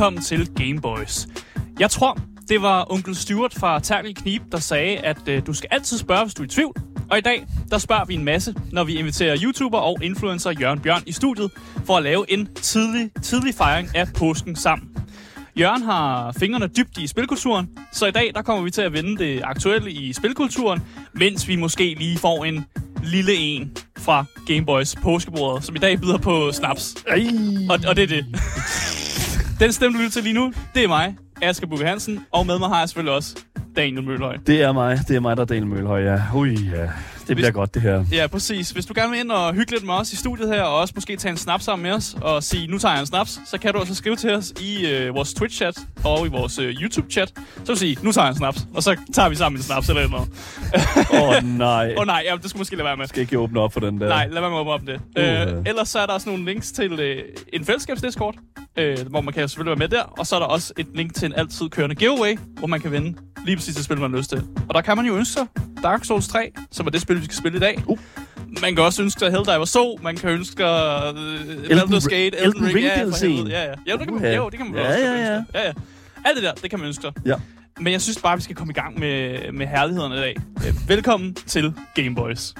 velkommen til Game Boys. Jeg tror, det var onkel Stuart fra Terkel Knib, der sagde, at du skal altid spørge, hvis du er i tvivl. Og i dag, der spørger vi en masse, når vi inviterer YouTuber og influencer Jørgen Bjørn i studiet, for at lave en tidlig fejring af påsken sammen. Jørgen har fingrene dybt i spilkulturen, så i dag, der kommer vi til at vende det aktuelle i spilkulturen, mens vi måske lige får en lille en fra Game Boys påskebordet, som i dag byder på snaps. Og det er det. Den stemme, du lytter til lige nu, det er mig, Asger Bukke Hansen, og med mig har jeg selvfølgelig også Daniel Mølhøj. Det er mig, der er Daniel Mølhøj, ja. Ja. Det bliver godt, det her. Ja, præcis. Hvis du gerne vil ind og hygge lidt med os i studiet her, og også måske tage en snaps sammen med os, og sige, nu tager jeg en snaps, så kan du også skrive til os i vores Twitch-chat og i vores YouTube-chat. Så vil du sige, nu tager jeg en snaps, og så tager vi sammen en snaps eller noget. Nej. Nej, ja, det skulle måske lade være med. Skal ikke åbne op for den der. Nej, lad være med at åbne op det. Ellers så er der også nogle links til en fællesskabsdiskord, hvor man kan selvfølgelig være med der. Og så er der også et link til en altid kørende giveaway, hvor man kan vinde lige præcis det spil, man har lyst til. Og der kan man jo ønske sig Dark Souls 3, som er det spil, vi skal spille i dag. Man kan også ønske sig Helldivers 2, man kan ønske sig Baldur's Gate, Elden Ring. Ja, det kan man også ønske. Ja. Alt det der, det kan man ønske sig. Ja. Men jeg synes bare, vi skal komme i gang med herlighederne i dag. Velkommen til Game Boys.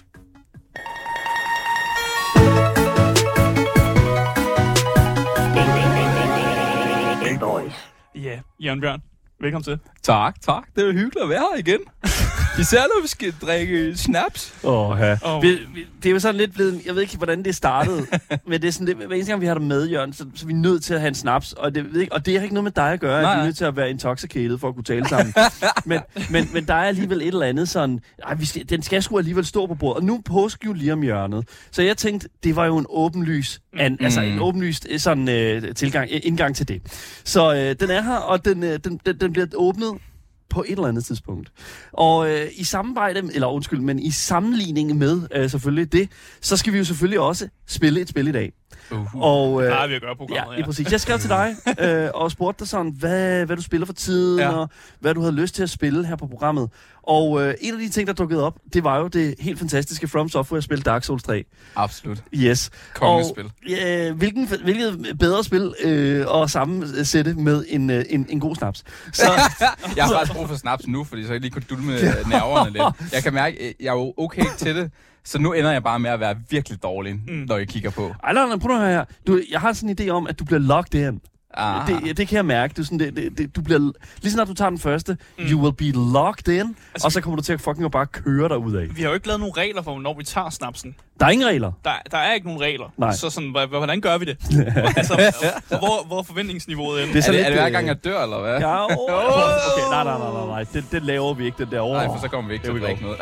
Game Boys. Ja, Jørgen Bjørn. Velkommen til. Tak. Det er jo hyggeligt at være her igen. Især når vi skal drikke snaps. Det er jo sådan lidt blevet... Jeg ved ikke, hvordan det startede. Men det er sådan lidt... Hver eneste gang, vi har dig med, Jørgen, så er vi nødt til at have en snaps. Og det har ikke noget med dig at gøre, at vi er nødt til at være intoxicated for at kunne tale sammen. men der er alligevel et eller andet sådan... Den skal sgu alligevel stå på bordet. Og nu er påske jo lige om hjørnet. Så jeg tænkte, det var jo en åbenlys... Altså en åbenlyst sådan, indgang til det. Så den er her, og den bliver åbnet på et eller andet tidspunkt. Og i sammenligning med selvfølgelig det, så skal vi jo selvfølgelig også spille et spil i dag. Og der er vi at gøre programmet, ja. Præcis. Jeg skrev til dig og spurgte dig sådan, hvad du spiller for tiden, og hvad du havde lyst til at spille her på programmet. Og en af de ting, der dukkede op, det var jo det helt fantastiske From Software-spil Dark Souls 3. Absolut. Yes. Kongespil. Hvilket bedre spil at sammensætte med en god snaps. Så, jeg har faktisk brug for snaps nu, fordi så jeg lige kunne dulme nerverne lidt. Jeg kan mærke, at jeg er jo okay til det. Så nu ender jeg bare med at være virkelig dårlig, når jeg kigger på. Nej, prøv at høre her. Jeg har sådan en idé om, at du bliver locked in. Det kan jeg mærke. Du bliver, lige snart du tager den første, you will be locked in, altså, og så kommer du til at fucking bare køre derudad. Vi har jo ikke lavet nogen regler for, når vi tager snapsen. Der er ingen regler. Der er ikke nogen regler. Nej. Så sådan, hvordan gør vi det? Altså, hvor er forventningsniveauet inde? Er det hver gang, jeg dør, eller hvad? Ja, okay, nej. Det laver vi ikke, den der over. Nej, for så kommer vi ikke til at drikke noget.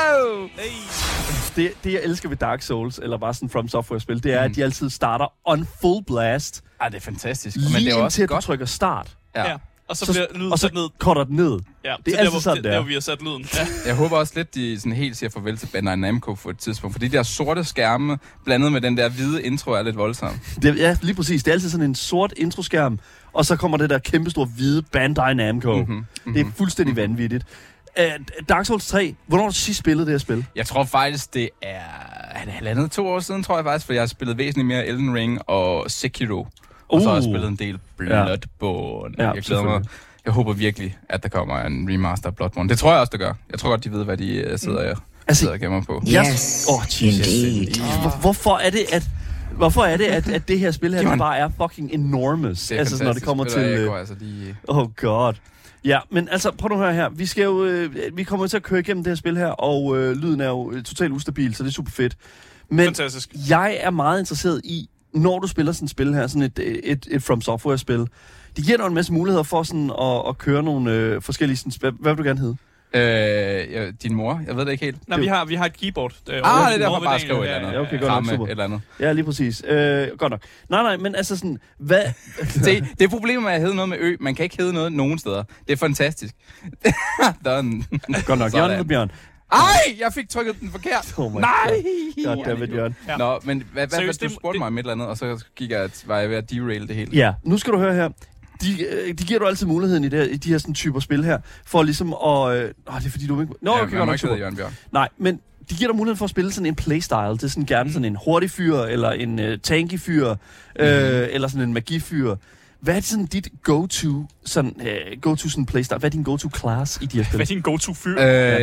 Det, jeg elsker ved Dark Souls, eller bare sådan From Software-spil, det er, at de altid starter on full blast. Det er fantastisk. Lige men det er også indtil godt. Du trykker start. Ja. Og så bliver lyden sat ned. Cutter den ned. Ja, det er altid sådan, der vi har sat lyden. Ja. Jeg håber også lidt, de sådan helt siger farvel til Bandai Namco på et tidspunkt, fordi de der sorte skærme, blandet med den der hvide intro, er lidt voldsomt. Ja, lige præcis. Det er altid sådan en sort introskærm, og så kommer det der kæmpestore hvide Bandai Namco. Det er fuldstændig vanvittigt. Dark Souls 3, hvornår har du sidst spillet det her spil? Jeg tror faktisk, det er 2 år siden, tror jeg faktisk, for jeg har spillet væsentligt mere Elden Ring og Sekiro. Og så har jeg spillet en del Bloodborne. Ja, jeg glæder mig. Jeg håber virkelig, at der kommer en remaster af Bloodborne. Det tror jeg også, det gør. Jeg tror godt, de ved, hvad de sidder og gemmer på. Yes, indeed. Hvorfor er det, at det her spil her bare er fucking enormous? Det er altså, når det kommer til... Oh god. Ja, men altså, prøv nu at høre her. Vi skal jo, vi kommer til at køre igennem det her spil her, og lyden er jo totalt ustabil, så det er super fedt. Men fantastisk. Jeg er meget interesseret i, når du spiller sådan et spil her, sådan et From Software-spil, det giver dig en masse muligheder for sådan at køre nogle forskellige... Sådan, hvad vil du gerne hedde? Din mor? Jeg ved det ikke helt. Nej, vi har et keyboard. Det er derfor bare skrive et eller andet. Ja, okay, godt nok, super. Et eller andet. Ja, lige præcis. Godt nok. Nej, men altså sådan... Hvad? Det er problemet med at hedde noget med ø. Man kan ikke hedde noget nogen steder. Det er fantastisk. Done. Godt nok. Jørgen eller Bjørn? Ej, jeg fik trykket den forkert. Nej! Goddammit, Jørgen. Ja. Nå, men hvad du spurgte mig om et eller andet, og så var jeg ved at derail det hele. Ja, nu skal du høre her. De giver du altid muligheden i de her sådan typer spil her, for ligesom at... det er fordi du ikke... Nå, okay, godt nok, super. Jørgen Bjørn. Nej, men de giver dig muligheden for at spille sådan en playstyle. Det er sådan gerne sådan en hurtig fyr, eller en tanky fyr, eller sådan en magifyr. Hvad er sådan dit go-to sådan playstyle? Hvad er din go-to class i de her spil? Hvad er din go-to-fyr?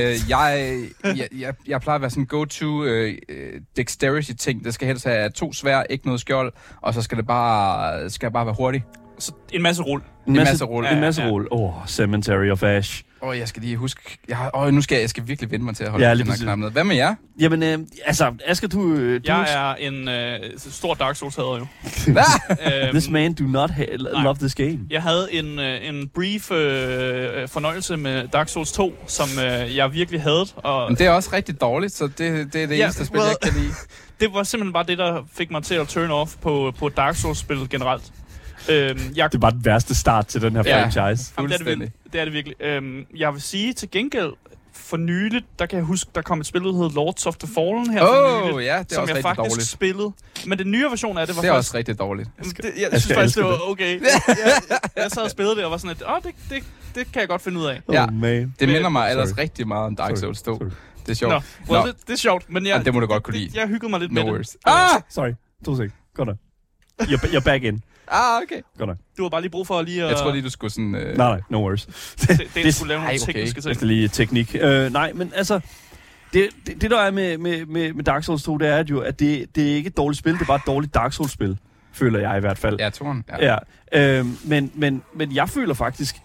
Jeg plejer at være sådan en go-to dexterity-ting. Det skal helst have 2 sværd, ikke noget skjold, og så skal jeg bare være hurtig. Så en masse rull. En masse rull. Cemetery of Ash. Jeg skal lige huske... Jeg skal virkelig vende mig til at holde den her knap ned. Hvad med jer? Jamen, Asger, du... Jeg er en stor Dark Souls-hader jo. This man do not love this game. Jeg havde en brief fornøjelse med Dark Souls 2, som jeg virkelig havde. Men det er også rigtig dårligt, så det er det eneste spil, jeg kan lide. Det var simpelthen bare det, der fik mig til at turn off på Dark Souls-spil generelt. Det var den værste start til den her franchise. Jamen, det er det virkelig. Jeg vil sige til gengæld, for nyligt, der kan jeg huske, der kom et spil, der hedder Lords of the Fallen her for nyligt, ja, det er som også jeg faktisk dårligt. Spillede. Men den nye version af det var det er også rigtig dårligt. Jeg synes faktisk, det var okay. Jeg sad og spillede det og var sådan lidt, det kan jeg godt finde ud af. Ja, det minder mig ellers rigtig meget om Dark Souls 2. Det er sjovt. Det er sjovt, men det må du godt kunne lide. Jeg hyggede mig lidt med det. Sorry. 2 sek. Godt nok. You're back in. Okay. Godt nok. Du har bare lige brug for at lige... Jeg tror lige, du skulle sådan... Nej, no worries. Det skulle lave nogle tekniske ting. Det er lige teknik. Nej, men altså... Det der er med Dark Souls 2, det er jo, at det er ikke et dårligt spil, det er bare et dårligt Dark Souls-spil. Føler jeg i hvert fald. Ja, toren. Ja. Men jeg føler faktisk,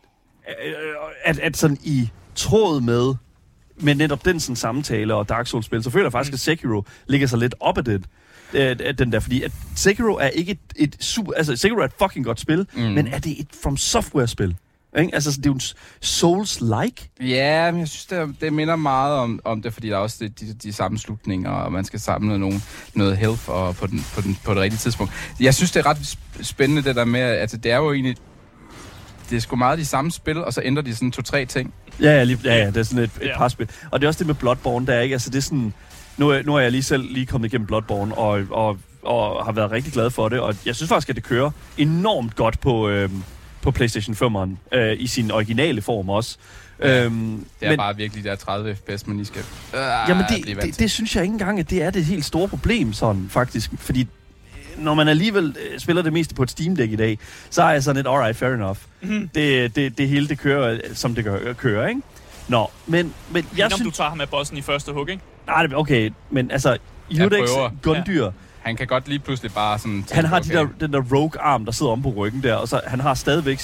at sådan i tråd med netop den sådan samtale og Dark Souls-spil, så føler jeg faktisk, at Sekiro ligger sig lidt op ad den der, fordi at Sekiro er ikke et super... Altså, Sekiro er et fucking godt spil, men er det et From Software-spil? Ikke? Altså, det er jo en Souls-like. Ja, men jeg synes, det minder meget om det, fordi der er også de samme slutninger, og man skal samle noget health og på det rigtige tidspunkt. Jeg synes, det er ret spændende, det der med, at det er jo egentlig... Det er sgu meget de samme spil, og så ændrer de sådan 2-3 ting. Ja, det er sådan et par spil. Og det er også det med Bloodborne, der er ikke... Altså, det er sådan... Nu er jeg lige kommet igennem Bloodborne, og har været rigtig glad for det, og jeg synes faktisk, at det kører enormt godt på PlayStation 5'eren, i sin originale form også. Ja, det er bare virkelig der 30 fps, man lige skal jamen det synes jeg ikke engang, at det er det helt store problem, sådan faktisk, fordi når man alligevel spiller det meste på et Steam-dæk i dag, så er jeg sådan et alright, fair enough. Det hele, det kører, som det kører, ikke? Nå, men jeg synes... du tager ham med bossen i første hug, ikke? Nej, okay, men altså, Judex Gundyr... Han kan godt lige pludselig bare sådan... Han har den der rogue-arm, der sidder om på ryggen der, og så han har stadigvæk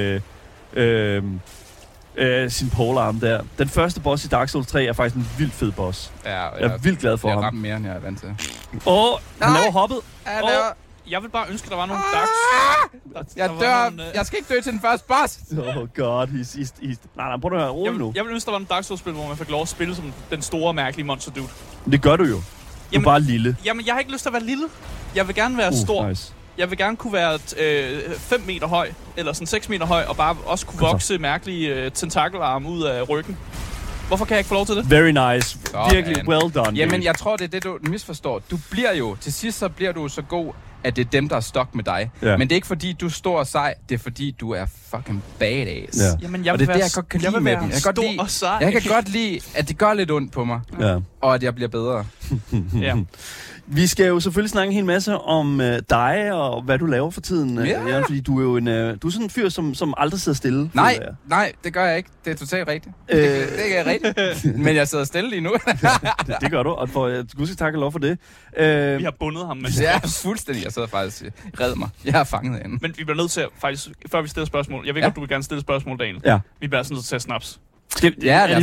sin polearm der. Den første boss i Dark Souls 3 er faktisk en vildt fed boss. Ja, jeg er vildt glad for ham. Jeg har ramt mere, end jeg er vant til. Han laver hoppet. Jeg vil bare ønske, der var nogle Dark Jeg dør. Jeg skal ikke dø til den første boss. Oh god, he's... Nej, prøv at høre, rolig nu. Jeg vil ønske, der var en Dark Souls-spil, hvor man fik lov at spille som den store, mærkelige monster dude. Det gør du jo. Du er bare lille. Jamen, jeg har ikke lyst til at være lille. Jeg vil gerne være stor. Nice. Jeg vil gerne kunne være 5 meter høj, eller sådan 6 meter høj, og bare også kunne vokse mærkelige tentakelarme ud af ryggen. Hvorfor kan jeg ikke få lov til det? Very nice. Virkelig well done. Jamen, jeg tror, det er det, du misforstår. Du bliver jo, til sidst så bliver du så god, at det er dem, der er stok med dig. Yeah. Men det er ikke fordi, du er stor og sej, det er fordi, du er fucking badass. Yeah. Jamen, jeg og vil det er det, jeg godt kan lide med dem. Jeg kan godt lide, at det gør lidt ondt på mig, og at jeg bliver bedre. Ja. Vi skal jo selvfølgelig snakke en hel masse om dig og hvad du laver for tiden, Jørgen, fordi du er jo du er sådan en fyr, som aldrig sidder stille. Nej, det gør jeg ikke. Det er totalt rigtigt. Det er rigtigt. Men jeg sidder stille lige nu. det gør du, og Gud skal takke lov for det. Vi har bundet ham med ja, fuldstændig. Jeg sidder faktisk red mig. Jeg har fanget hende. Men vi bliver nødt til at, faktisk, før vi stiller spørgsmål. Jeg ved godt, du vil gerne stille spørgsmål, Daniel. Ja. Vi bliver sådan nødt til at snaps. Nu er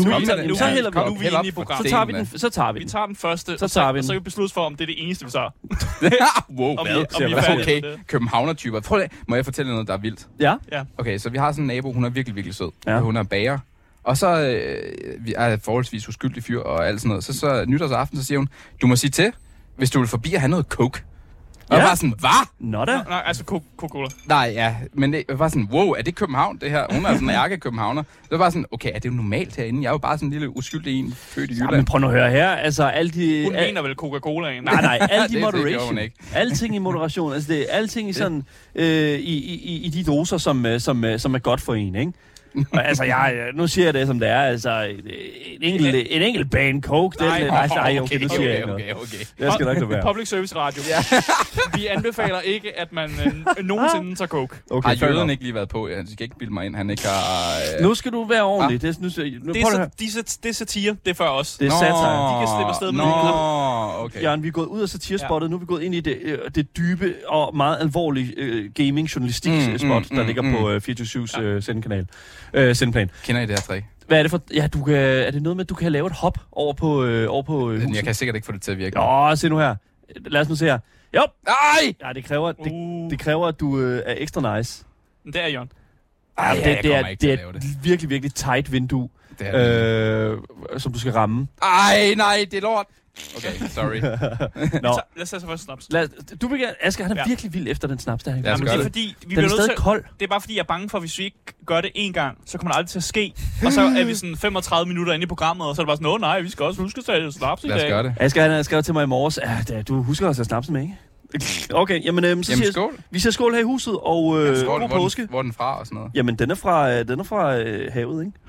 vi inde i programmet. Så tager vi den. Vi tager den første, så tager vi den. Så kan vi beslutte for, om det er det eneste, vi tager. Wow, okay, københavner-typer. Prøv det. Må jeg fortælle noget, der er vildt? Ja. Okay, så vi har sådan en nabo, hun er virkelig, virkelig sød. Ja. Hun er bager. Og så vi er forholdsvis uskyldig fyr og alt sådan noget. Så nytårsaften, så siger hun, du må sige til, hvis du vil forbi at have noget coke. Og jeg var sådan, hvad? Nå da. Nej, altså Coca-Cola. Nej, ja. Men det var sådan, wow, er det København, det her? Hun er sådan en ærke-københavner. Det var bare sådan, okay, er det jo normalt herinde? Jeg er jo bare sådan en lille uskyldig en, født i Jylland. Ja, men prøv nu at høre her. Altså, alle de... Hun mener vel Coca-Cola? Nej, alt i moderation. Alting i moderation. Altså, det er alting i sådan... I de doser, som er godt for en, ikke? Og, altså, nu siger jeg det, som det er. Altså, en enkelt bane coke. Nej, okay, nu siger jeg okay. Det skal nok det være. Public service radio. Vi anbefaler ikke, at man nogensinde tager coke. Okay, har jøden ikke lige været på? Jeg skal ikke bilde mig ind, han ikke har... Nu skal du være ordentlig. Det er satire, det er før os. Det er satire. De kan slippe afsted med det. Okay. Jørgen, vi er gået ud af satirespottet, nu er vi gået ind i det dybe og meget alvorlige gaming-journalistik-spot, der ligger på 24/7's sendeplan. Kender I det her trick? Hvad er det for... Ja, er det noget med, at du kan lave et hop over på huset? Jeg kan sikkert ikke få det til at virke. Se nu her. Lad os nu se her. Jo! Nej! Ja, det kræver, at du er ekstra nice. Det er Jørgen. Det er et virkelig, virkelig tight vindue, som du skal ramme. Nej, det er lort. Okay, sorry. Lad os tage så først snaps. Du vil gerne... Asger, han er virkelig vild efter den snaps, der. Det er fordi, vi den er stadig kold. Det er bare fordi, jeg er bange for, at hvis vi ikke gør det en gang, så kommer det aldrig til at ske. Og så er vi sådan 35 minutter inde i programmet, og så er det bare sådan, nej, vi skal også huske at tage snaps i dag. Lad os gøre det. Asger, han har skrevet til mig i morges. Du husker også at snapsen med, ikke? Okay, jamen skål. Vi siger skål her i huset, og god påske. Hvor er den fra og sådan noget? Jamen, den er fra havet, ikke?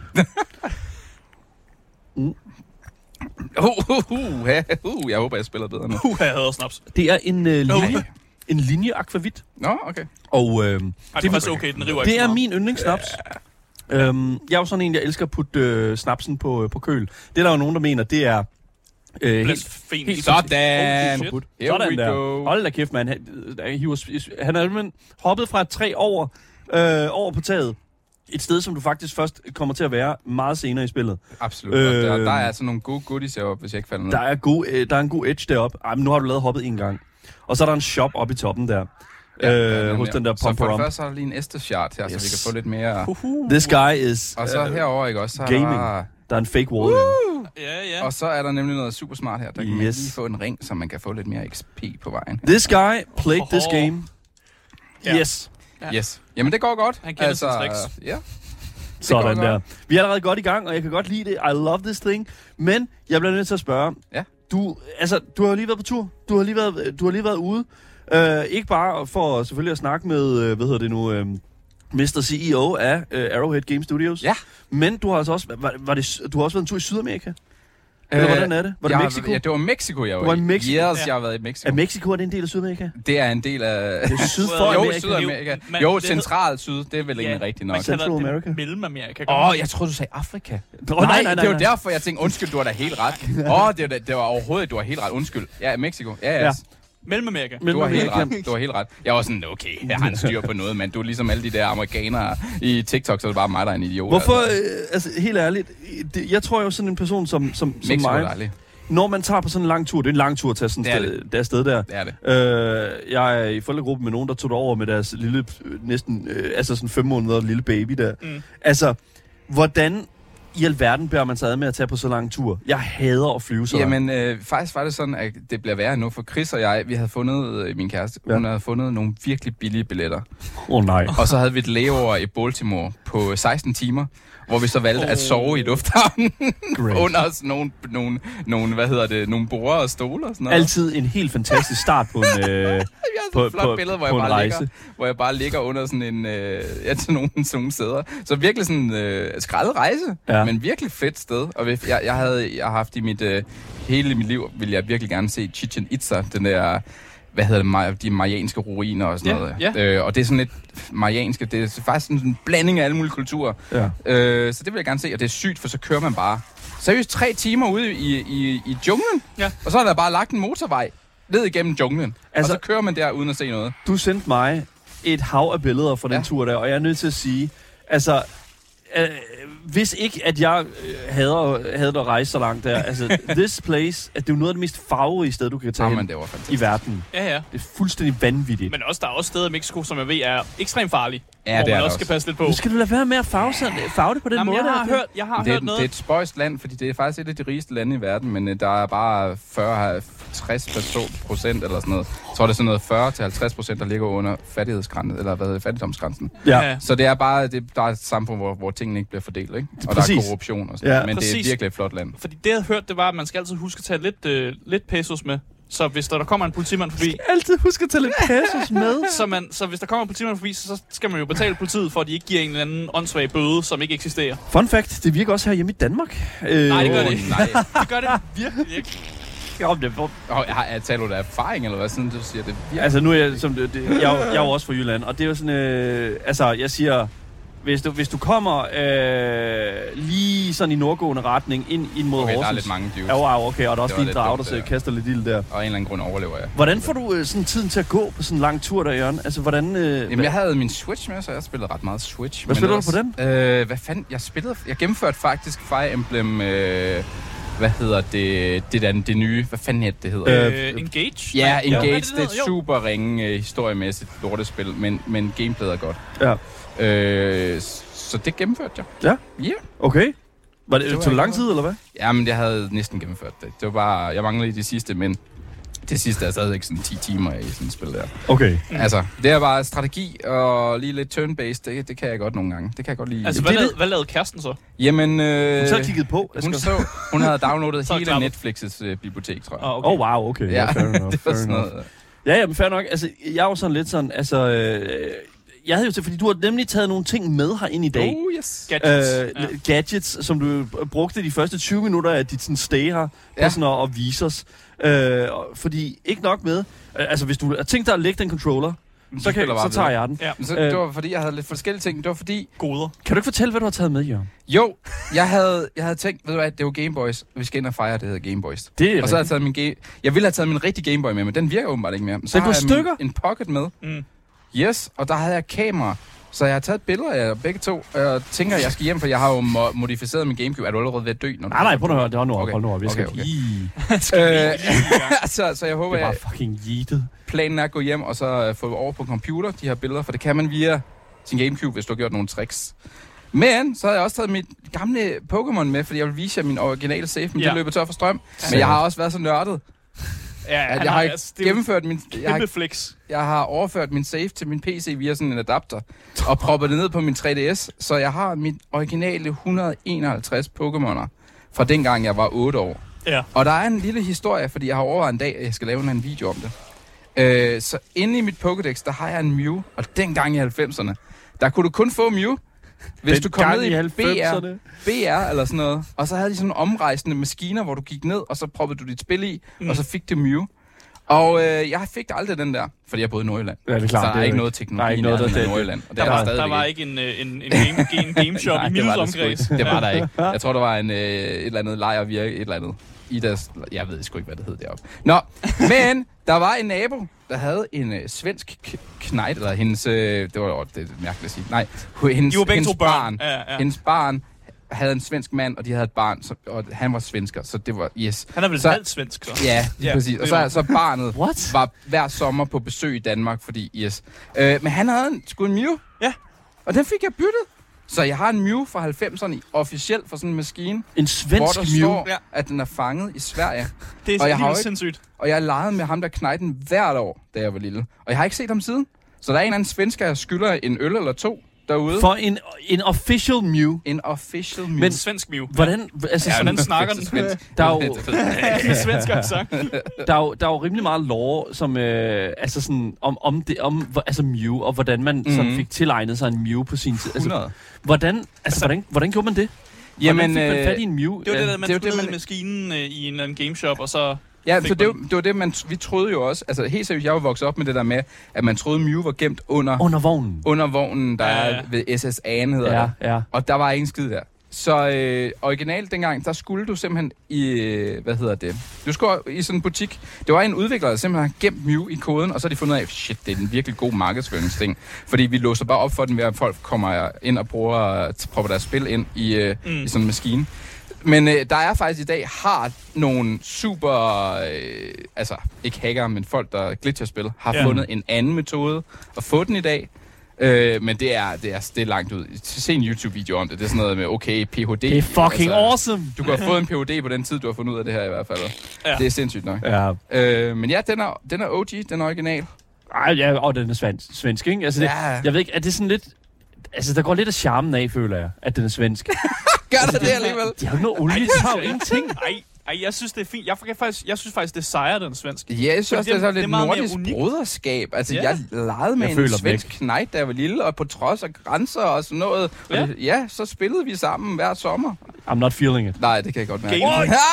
Jeg håber, jeg spiller bedre nu. Jeg hader snaps. Det er en linje akvavit. Nå, okay. Og det er faktisk okay, den river ikke. Det er min yndlingssnaps. Jeg er jo sådan en, jeg elsker at putte snapsen på køl. Det er der jo nogen, der mener, det er helt sådan. Sådan der. Hold da kæft, mand. Han er hoppet fra et træ over på taget. Et sted, som du faktisk først kommer til at være meget senere i spillet. Absolut. Der er altså nogle gode goodies heroppe, hvis jeg ikke falder ned. Der er en god edge deroppe. Men nu har du lavet hoppet en gang. Og så er der en shop oppe i toppen der. Hos den der så for det første så er der lige en Estes-chart her, så vi kan få lidt mere... This guy is... Og så herover ikke også, så gaming. Der er en fake wall. Ja. Og så er der nemlig noget super smart her. Der kan man lige få en ring, så man kan få lidt mere XP på vejen. This guy played this game. Yes. Yes. Jamen, det går godt. Han kender sine tricks. Ja. Sådan der. Vi er allerede godt i gang, og jeg kan godt lide det. I love this thing. Men jeg bliver nødt til at spørge. Ja. Du har lige været på tur. Du har lige været ude. Ikke bare for selvfølgelig at snakke med, Mr. CEO af Arrowhead Game Studios. Ja. Men du har altså også, du har også været en tur i Sydamerika. Eller hvordan er det? Var det Mexico? Ja, det var Mexico, jeg var i. Du var i Mexico? Yes, jeg har været i Mexico. Er Mexico en del af Sydamerika? Det er en del af... Det er syd for Amerika. Sydamerika. Jo, central syd, det er vel egentlig rigtigt nok. Central America. Mellemamerika. Jeg troede, du sagde Afrika. Nej. Det var derfor, jeg tænkte, undskyld, du har da helt ret. Det var overhovedet, du har helt ret. Undskyld. Ja, Mexico. Ja. Mellemamerika. Du har helt ret. Jeg var sådan, okay, jeg har en styr på noget, men du er ligesom alle de der amerikanere i TikTok, så er det bare mig, der er en idiot. Hvorfor, helt ærligt, jeg tror jo sådan en person som Mexico mig, dejligt. når man tager på sådan en lang tur, det er en lang tur at tage sådan et sted der. Det er det. Jeg er i forældregruppe med nogen, der tog det over med deres lille, næsten, sådan 5 måneder lille baby der. Altså, hvordan i alverden bærer man sig ad med at tage på så lang tur? Jeg hader at flyve så langt. Jamen, faktisk var det sådan, at det bliver værre nu, for Chris og jeg, vi havde fundet, min kæreste, hun havde fundet nogle virkelig billige billetter. Nej. Og så havde vi et layover i Baltimore på 16 timer, hvor vi så valgte at sove i lufthavnen under sådan nogle borde og stole og sådan noget. Altid en helt fantastisk start på en på et flot billede, hvor jeg bare ligger under sådan en sådan nogle sæder. Så virkelig sådan skrællet rejse, men virkelig fedt sted. Og jeg har haft i hele mit liv, vil jeg virkelig gerne se Chichen Itza, den der de marianske ruiner og sådan noget. Og det er sådan lidt marianske, det er faktisk sådan en blanding af alle mulige kulturer. Så det vil jeg gerne se, og det er sygt, for så kører man bare seriøst 3 timer ude i junglen, og så er der bare lagt en motorvej ned igennem junglen, og så kører man der uden at se noget. Du sendte mig et hav af billeder fra den tur der, og jeg er nødt til at sige, altså... hvis ikke, at jeg havde at rejse så langt der, altså, this place, at det er jo noget af det mest farverige sted, du kan tage hen i verden. Ja. Det er fuldstændig vanvittigt. Men der er også steder i Mexico, som jeg ved er ekstremt farlige, hvor man også skal passe lidt på. Nu skal du lade være med at farve det på den måde. Jeg har hørt noget. Det er et spøjst land, fordi det er faktisk et af de rigeste lande i verden, men der er bare 40-60% eller sådan noget. Så er det sådan noget 40-50%, der ligger under fattigdomsgrænsen. Ja. Så det er bare der er et samfund, hvor tingene ikke bliver fordelt, ikke? Og der er korruption og sådan noget. Men det er virkelig et flot land. Fordi det, jeg havde hørt, det var, at man skal altid huske at tage lidt pesos med. Så hvis der kommer en politimand forbi... Altid husk at tage lidt passus med. Så hvis der kommer en politimand forbi, så skal man jo betale politiet for, at de ikke giver en eller anden åndssvag bøde, som ikke eksisterer. Fun fact, det virker også her hjemme i Danmark. Nej, det gør det ikke. Nej, det gør det virkelig ikke. Jeg taler du af erfaring, eller hvad sådan du siger det? Altså nu er jeg, jeg er jo også fra Jylland, og det er jo sådan, jeg siger, hvis du kommer lige sådan i nordgående retning ind mod Horsens. Der er lidt mange dudes. Ja, okay, og der er også lige drager, der kaster lidt ild der. Og en eller anden grund overlever jeg. Hvordan får du sådan tiden til at gå på sådan en lang tur der, Jørgen? Altså, hvordan... Jamen, jeg havde min Switch med, så jeg spillede ret meget Switch. Hvad spiller du på den? Hvad fanden? Jeg gennemførte faktisk Fire Emblem... hvad hedder det nye? Hvad fanden det hedder? Engage? Ja, Engage. Det er et super ringe historiemæssigt lortespil, men gameplayet er godt. Ja. Så det gennemførte jeg. Ja? Ja. Yeah. Okay. Var det tog lang tid, eller hvad? Jamen, jeg havde næsten gennemført det. Det var bare... Jeg manglede i det sidste, men... Det sidste er stadig sådan 10 timer i sådan et spil der. Okay. Altså, det er bare strategi og lige lidt turn-based. Det kan jeg godt nogle gange. Det kan jeg godt lide. Altså, hvad lavede kæresten så? Jamen... Hun så kigget på. Hun havde downloadet hele Netflix's bibliotek, tror jeg. Okay. Wow, okay. Ja, fair enough, det var sådan noget. Ja, men fair nok. Altså, jeg er jo sådan lidt sådan... Altså, jeg havde jo til, fordi du har nemlig taget nogle ting med her ind i dag. Oh, yes. Gadgets, som du brugte de første 20 minutter af dit sådan, stay her, på sådan at vise os. Fordi ikke nok med... altså, hvis du har tænkt dig at lægge den controller, så tager jeg den. Ja. Så, det var fordi, jeg havde lidt forskellige ting. Det var fordi... Goder. Kan du ikke fortælle, hvad du har taget med, Jørgen? Jo, jeg havde tænkt, ved du hvad, det var Game Boys. Vi skal ind og fejre, det hedder Game Boys. Og så havde jeg taget jeg ville have taget min rigtige Game Boy med, men den virker åbenbart ikke mere. Så den går stykker? En pocket med. Mm. Yes, og der havde jeg kamera. Så jeg har taget billeder af begge to, og jeg tænker, jeg skal hjem, for jeg har jo modificeret min Gamecube. Er du allerede ved at dø? Nej, prøv at høre. Det var nu op. Hold nu op. Så jeg håber, det var fucking yeetet. Planen er at gå hjem og så få over på computer, de her billeder, for det kan man via sin Gamecube, hvis du har gjort nogle tricks. Men så har jeg også taget mit gamle Pokémon med, fordi jeg vil vise jer min originale save, men det løber tør for strøm. Men jeg har også været så nørdet. Ja, jeg har gennemført min... Jeg har overført min save til min PC via sådan en adapter, og proppet det ned på min 3DS, så jeg har mit originale 151 Pokémoner fra dengang jeg var 8 år. Ja. Og der er en lille historie, fordi jeg har overvejet en dag, at jeg skal lave en video om det. Så inde i mit Pokédex, der har jeg en Mew, og dengang i 90'erne, der kunne du kun få Mew, hvis du kom ned i BR eller sådan noget. Og så havde de sådan nogle omrejsende maskiner, hvor du gik ned, og så proppede du dit spil i, og så fik du Mew. Og jeg fik aldrig den der, fordi jeg boede i Nordjylland. Ja, det er klart. Så der er ikke noget teknologi i Nordjylland. Og der var ikke en gameshop i Milles omkreds. Det var der ikke. Jeg tror, der var et eller andet lejervirke, et eller andet. Jeg ved sgu ikke, hvad det hed deroppe. Nå, men der var en nabo, der havde en svensk knejt, eller hendes... det er mærkeligt at sige. Nej, hendes barn. Ja. Hendes barn havde en svensk mand, og de havde et barn, og han var svensker, så det var... Yes. Han er vel halvt svensk, så? Ja, præcis. Og så barnet var hver sommer på besøg i Danmark, fordi... Yes. Men han havde sgu en Mew. Ja. Og den fik jeg byttet. Så jeg har en Mew fra 90'erne, officielt for sådan en maskine. En svensk Mew? Hvor der står, at den er fanget i Sverige. Det er helt sindssygt. Og jeg legede med ham, der knejte den hvert år, da jeg var lille. Og jeg har ikke set ham siden. Så der er en eller anden svensker, der skylder en øl eller to derude. For en official Mew? En official Mew. Men svensk Mew. Hvordan, altså, hvordan snakker den? Der er jo... svensker sagt. Der er jo rimelig meget lore, som altså sådan, om Mew, og hvordan man sådan fik tilegnet sig en Mew på sin tid. Altså, hvordan gjorde man det? Hvordan fik man fat i en Mew? Det var det der, man smed maskinen i en eller anden gameshop, og så... Ja, så det var det, vi troede jo også, altså helt seriøst, jeg var vokset op med det der med, at man troede Mew var gemt under vognen. Under vognen, der er ved SSA'en hedder det. Ja. Og der var ingen skid der. Så originalt dengang, der skulle du simpelthen i, du skulle i sådan en butik. Det var en udvikler, der simpelthen har gemt Mew i koden, og så har de fundet af, shit, det er en virkelig god markedsføringsting. Fordi vi låser bare op for den ved, at folk kommer ind og propper deres spil ind i sådan en maskine. Men der er faktisk i dag nogle super, ikke hacker, men folk, der glitcher spil, har fundet en anden metode at få den i dag. Men det er langt ud. Se en YouTube-video om det. Det er sådan noget med, okay, PhD. Det er fucking awesome. Du kan have fået en PhD på den tid, du har fundet ud af det her i hvert fald. Ja. Det er sindssygt nok. Ja. Men ja, den er OG, den er original. Ej, ja, og den er svensk, ikke? Altså, jeg ved ikke, er det sådan lidt... Altså, der går lidt af charmen af, føler jeg, at den er svensk. Gør det alligevel? De har jo ikke noget olie, de har jo ingenting. Nej, Ej, jeg synes, det er fint. Jeg synes faktisk, det er sejere, den svensk. Ja, jeg synes også, det er så lidt nordisk unikt. Broderskab. Altså, Ja. jeg legede med en svensk knægt, da jeg var lille, og på trods af grænser og sådan noget. Ja, så spillede vi sammen hver sommer. I'm not feeling it. Nej, det kan jeg godt mærke.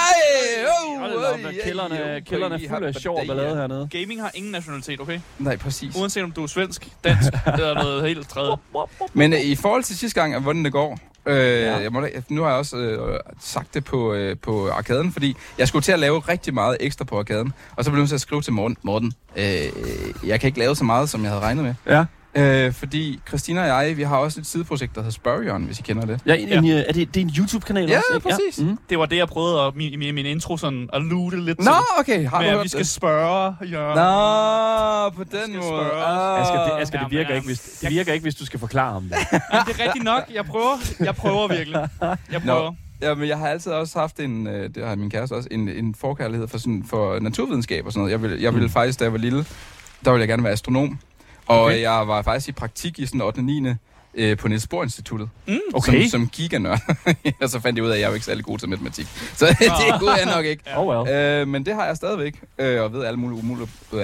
Kælderen er fuld af sjov ballade hernede. Gaming har ingen nationalitet, okay? Nej, præcis. Uanset om du er svensk, dansk eller noget helt tredje. Men i forhold til sidste gang, hvordan det går, nu har jeg også sagt det på arkaden, fordi jeg skulle til at lave rigtig meget ekstra på arkaden, og så blev jeg nødt til at skrive til Morten, jeg kan ikke lave så meget, som jeg havde regnet med. Ja. Fordi Christina og jeg, vi har også et sideprojekt, der hedder Spørgjørn, hvis I kender det. Ja, er det en YouTube-kanal ja, også? Ja, præcis. Ja. Det var det, jeg prøvede at i min intro sådan at lute lidt til. Nå, okay. Har du hørt vi skal spørge Jørgen. Nå, på den måde. Asger, det virker ikke, hvis du skal forklare om det. Jamen, det er rigtigt nok. Jeg prøver virkelig. Jeg prøver. Ja, men jeg har altid også haft det har min kæreste også, en forkærlighed for naturvidenskab og sådan noget. Jeg ville faktisk, da jeg var lille, der ville jeg gerne være astronom. Og jeg var faktisk i praktik i sådan 8. og 9. På Niels Bohr Instituttet. Som giganørd. Og så fandt jeg ud af, at jeg er jo ikke særlig god til matematik. Så det kunne jeg nok ikke. Men det har jeg stadigvæk. Og ved alle mulige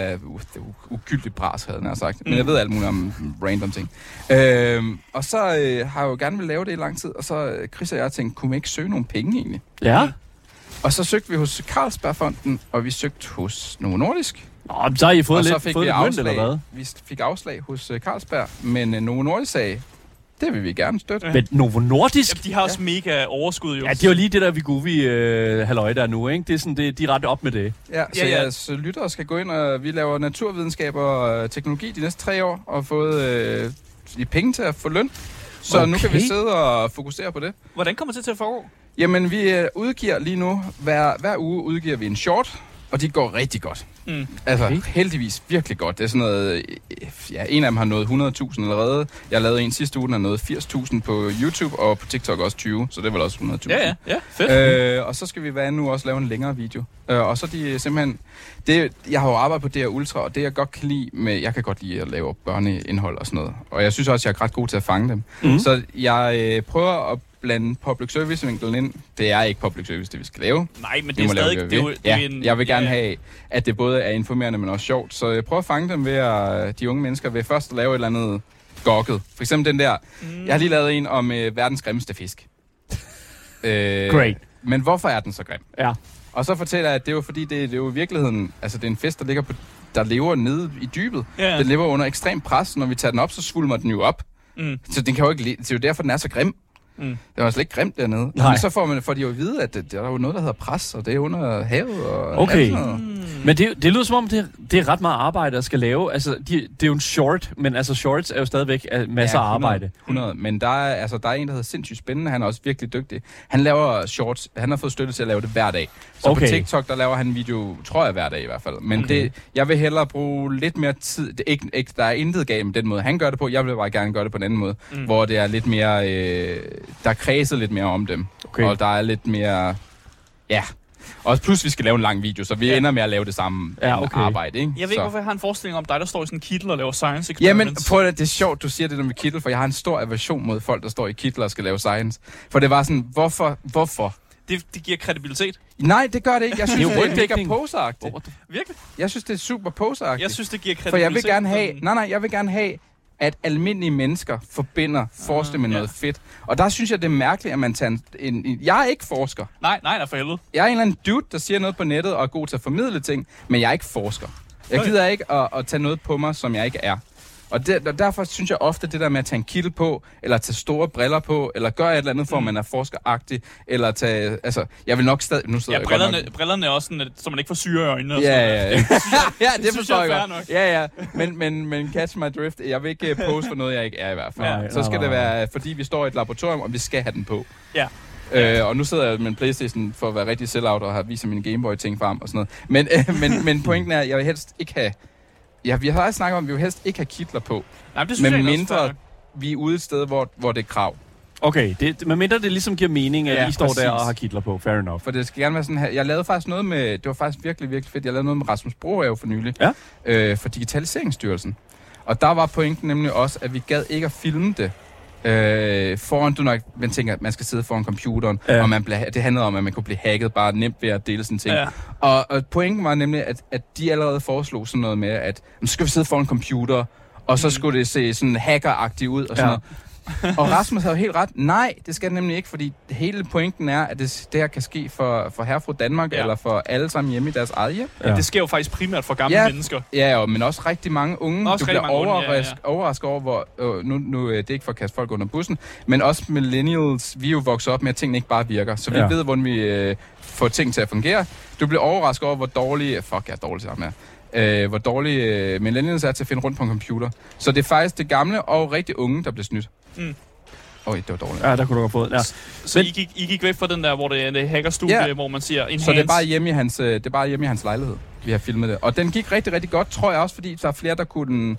ugyldigt bras, havde jeg sagt. Men jeg ved alt muligt om random ting. Og så har jeg jo gerne vil lave det i lang tid. Og så Chris og jeg tænkte, kunne vi ikke søge nogle penge egentlig? Ja. Og så søgte vi hos Carlsbergfonden, og vi søgte hos Novo Nordisk. Nå, så har I fået lidt mønt, eller hvad? Vi fik afslag hos Carlsberg, men Novo Nordisk sagde, det vil vi gerne støtte. Men Novo Nordisk? Ja, de har også mega overskud, jo. Ja, det var lige det der Wegovy halløj der nu, ikke? Det er sådan, de er ret op med det. Ja, så jeres lyttere skal gå ind, og vi laver naturvidenskab og teknologi de næste 3 år, og fået penge til at få løn. Så nu kan vi sidde og fokusere på det. Hvordan kommer det til at foregå? Jamen, vi udgiver lige nu, hver uge udgiver vi en short, og de går rigtig godt. Altså, heldigvis virkelig godt. Det er sådan noget, en af dem har nået 100.000 allerede. Jeg lavede en sidste uge, der nåede 80.000 på YouTube, og på TikTok også 20, så det var også 100.000. Ja, fedt. Og så skal vi nu også lave en længere video. Og så de simpelthen, jeg har jo arbejdet på DR Ultra, og det jeg godt kan lide jeg kan godt lide at lave børneindhold og sådan noget. Og jeg synes også, jeg er ret god til at fange dem. Så jeg prøver at blande public service-vinklen ind. Det er ikke public service, det vi skal lave. Nej, men det er stadig... Jeg vil gerne have, at det både er informerende, men også sjovt. Så jeg prøver at fange dem ved de unge mennesker ved først at lave et eller andet gokket. For eksempel den der... Jeg har lige lavet en om verdens grimmeste fisk. Great. Men hvorfor er den så grim? Ja. Og så fortæller jeg, at det er jo fordi, det er jo i virkeligheden... Altså, det er en fisk, der lever nede i dybet. Ja. Den lever under ekstrem pres. Når vi tager den op, så svulmer den jo op. Så den kan jo ikke... Det er jo derfor, den er så grim. Det var slet ikke grimt dernede. Men så får de jo at vide, at der er jo noget, der hedder pres, og det er under havet og alt sådan noget. Men det lyder som om, det er ret meget arbejde, der skal lave. Altså, det er jo en short, men altså shorts er jo stadigvæk masser af arbejde. 100. Men der er en, der hedder sindssygt spændende. Han er også virkelig dygtig. Han laver shorts. Han har fået støtte til at lave det hver dag. Så på TikTok, der laver han en video, tror jeg, hver dag i hvert fald. Men jeg vil hellere bruge lidt mere tid. Der er intet galt med den måde, han gør det på. Jeg vil bare gerne gøre det på en anden måde. Hvor det er lidt mere... der kredser lidt mere om dem. Og der er lidt mere... Ja... Og plus, vi skal lave en lang video, så vi ender med at lave det samme arbejde, ikke? Jeg ved ikke, hvorfor jeg har en forestilling om dig, der står i sådan en kittel og laver science experiments. Jamen, prøv det er sjovt, du siger det med kittel, for jeg har en stor aversion mod folk, der står i kittel og skal lave science. For det var sådan, hvorfor? Det giver kredibilitet. Nej, det gør det ikke. Jeg synes, det er mega poseragtigt. Virkelig? Jeg synes, det er super poseragtigt. Jeg synes, det giver kredibilitet. For jeg vil gerne have, at almindelige mennesker forbinder forskning med noget fedt. Og der synes jeg, det er mærkeligt, at man tager jeg er ikke forsker. Nej, for helvede. Jeg er en eller anden dude, der siger noget på nettet og er god til at formidle ting, men jeg er ikke forsker. Jeg gider ikke at tage noget på mig, som jeg ikke er. Og derfor synes jeg ofte, det der med at tage en kittel på, eller tage store briller på, eller gøre et eller andet, for at man er forskeragtig, eller tage... Altså, jeg vil nok stadig... Nu sidder jeg brillerne er også sådan, så man ikke får syre i øjnene. Ja, det forstår jeg godt. Ja. Men catch my drift. Jeg vil ikke pose for noget, jeg ikke er i hvert fald. Så skal det være, fordi vi står i et laboratorium, og vi skal have den på. Ja. Og nu sidder jeg med en PlayStation for at være rigtig sellout og har vist mine Gameboy-ting frem og sådan noget. Men pointen er, at jeg vil helst ikke have... Ja, vi har også snakket om, at vi vil helst ikke have kitler på. Nej, det synes men mindre vi er ude et sted, hvor det er krav. Okay, men mindre det ligesom giver mening, at I står der og har kitler på. Fair enough. For det skal gerne være sådan her. Jeg lavede faktisk noget med... Det var faktisk virkelig, virkelig fedt. Jeg lavede noget med Rasmus Brohave for nylig. Ja? For Digitaliseringsstyrelsen. Og der var pointen nemlig også, at vi gad ikke at filme det. foran du nok, man tænker, at man skal sidde foran computeren, og det handlede om, at man kunne blive hacket bare nemt ved at dele sådan ting. Ja. Og pointen var nemlig, at de allerede foreslog sådan noget med, at så skal vi sidde foran computer, og så skulle det se sådan hackeragtigt ud og sådan noget. Og Rasmus har jo helt ret. Nej, det skal det nemlig ikke, fordi hele pointen er, at det her kan ske for herfra Danmark, eller for alle sammen hjemme i deres eget hjem. Ja. Det sker jo faktisk primært for gamle mennesker. Ja, men også rigtig mange unge. Du bliver overrasket over, hvor... Nu det er ikke for at kaste folk under bussen, men også millennials, vi er jo vokset op med, at tingene ikke bare virker. Så vi ved, hvordan vi får ting til at fungere. Du bliver overrasket over, hvor dårlige... Fuck, jeg er dårlig sammen med. Hvor dårlige millennials er til at finde rundt på en computer. Så det er faktisk det gamle og rigtig unge, der bliver snydt. Det var dårligt. Ja, der kunne du have fået. Ja. Så I gik væk fra den der, hvor det er en hackerstudie, hvor man siger enhance. Så det er bare hjemme i hans lejlighed, vi har filmet det. Og den gik rigtig, rigtig godt, tror jeg også, fordi der er flere, der kunne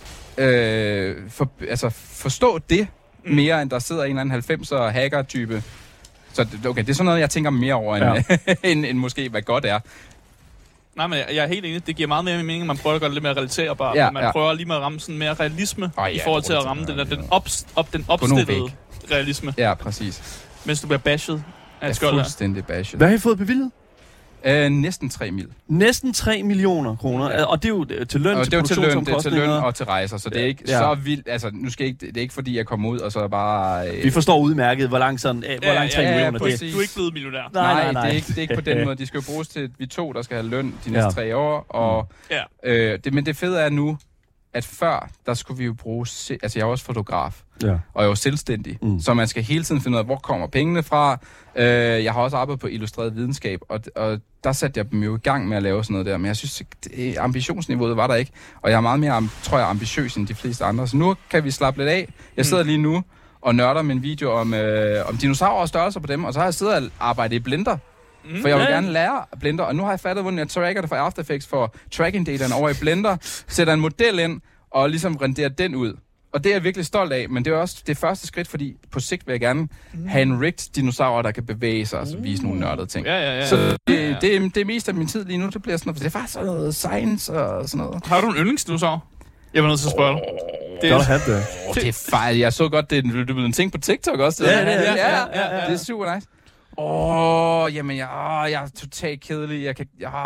forstå det mere, end der sidder en eller anden 90'er hacker-type. Så okay, det er sådan noget, jeg tænker mere over, end måske, hvad godt er. Nej, men jeg er helt enig. Det giver meget mere mening, at man prøver at gøre det lidt mere relaterbart. Man prøver lige med at ramme sådan mere realisme i forhold til at ramme den opstillede realisme. Ja, præcis. Mens du bliver bashed af et skjold. Fuldstændig bashed. Hvad har I fået bevilget? Næsten 3 mil. Næsten 3 millioner kroner. Ja. Og det er jo til løn, til produktionsomkostninger. Det er til løn og til rejser, så det er ikke så vildt. Altså, nu skal det er ikke fordi, jeg kommer ud, og så bare... Vi forstår udmærket, hvor langt 3 millioner det er. Du er ikke blevet millionær. Nej. Det er ikke på den måde. De skal jo bruges til, vi to, der skal have løn de næste 3 år. Og, men det fede er nu, at før, der skulle vi jo bruge... Altså, jeg er også fotograf. Ja. Og jeg er jo selvstændig. Så man skal hele tiden finde ud af, hvor kommer pengene fra. Jeg har også arbejdet på illustreret videnskab, og der satte jeg dem jo i gang med at lave sådan noget der. Men jeg synes, ambitionsniveauet var der ikke. Og jeg er meget mere, tror jeg, ambitiøs end de fleste andre. Så nu kan vi slappe lidt af. Jeg sidder lige nu og nørder min video om dinosaurer og størrelser på dem. Og så har jeg siddet og arbejdet i Blender. For jeg vil gerne lære Blender, og nu har jeg fattet, hvordan jeg tracker det fra After Effects for tracking-dataen over i Blender, sætter en model ind, og ligesom renderer den ud. Og det er jeg virkelig stolt af, men det er også det første skridt, fordi på sigt vil jeg gerne have en rigged dinosaur, der kan bevæge sig og vise nogle nørdede ting. Så det mest af min tid lige nu, det bliver sådan noget, det er faktisk sådan noget science og sådan noget. Har du en yndlingsdinosaur? Jeg var nødt til at spørge dig. Det er fejl. Jeg så godt, det er blevet en ting på TikTok også. Det er super nice. Jamen, jeg er totalt kedelig. Jeg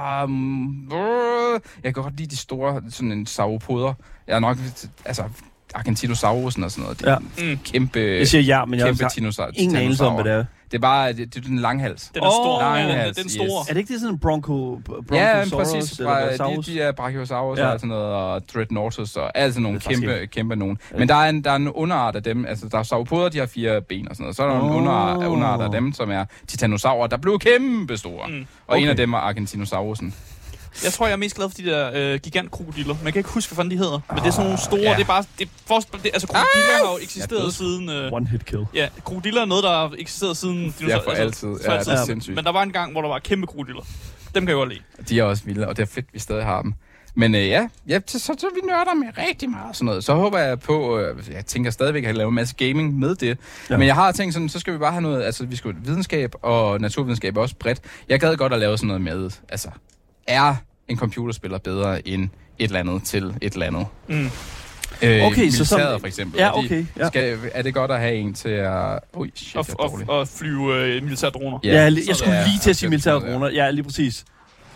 kan godt lide de store, sådan en sauropoder. Jeg er nok, altså, Argentinosaurus'en og sådan noget. Det er en kæmpe... Jeg siger men jeg har ingen anelse om, hvad det er. Det er bare det er den langhals. Den er stor. Den store. Yes. Er det ikke det sådan en Bronchosaurus? Ja, præcis. De er Brachiosaurus og sådan noget, og Dreadnoughtus og alt sådan nogle kæmpe nogen. Men der er en underart af dem. Altså, der er sauropoder, de har 4 ben og sådan noget. Så er der en underart af dem, som er titanosaurer, der blev kæmpe store. Og en af dem er Argentinosaurusen. Jeg tror, jeg er mest glad for de der gigantkrokodiller. Man kan ikke huske, hvad fanden de hedder. Men det er sådan nogle store... Det er bare... altså, krokodiller har jo eksisteret siden... One hit kill. Ja, krokodiller er noget, der har eksisteret siden... Ja, for altid. Ja, det er sindssygt. Men der var en gang, hvor der var kæmpe krokodiller. Dem kan jeg godt lide. De er også vilde, og det er fedt, vi stadig har dem. Men så vi nørder med rigtig meget sådan noget. Så håber jeg på... jeg tænker stadigvæk, at jeg lave en masse gaming med det. Ja. Men jeg har tænkt sådan, så skal vi bare have noget... Altså, vi skal videnskab og naturvidenskab også bredt. Jeg gad godt at lave sådan noget med... Altså, er en computerspiller bedre end et eller andet til et eller andet? Okay, så sådan... for eksempel. Ja, okay. Er det godt at have en til at... Og flyve militærdroner. Ja, jeg skulle lige til at sige militærdroner. Ja, lige præcis.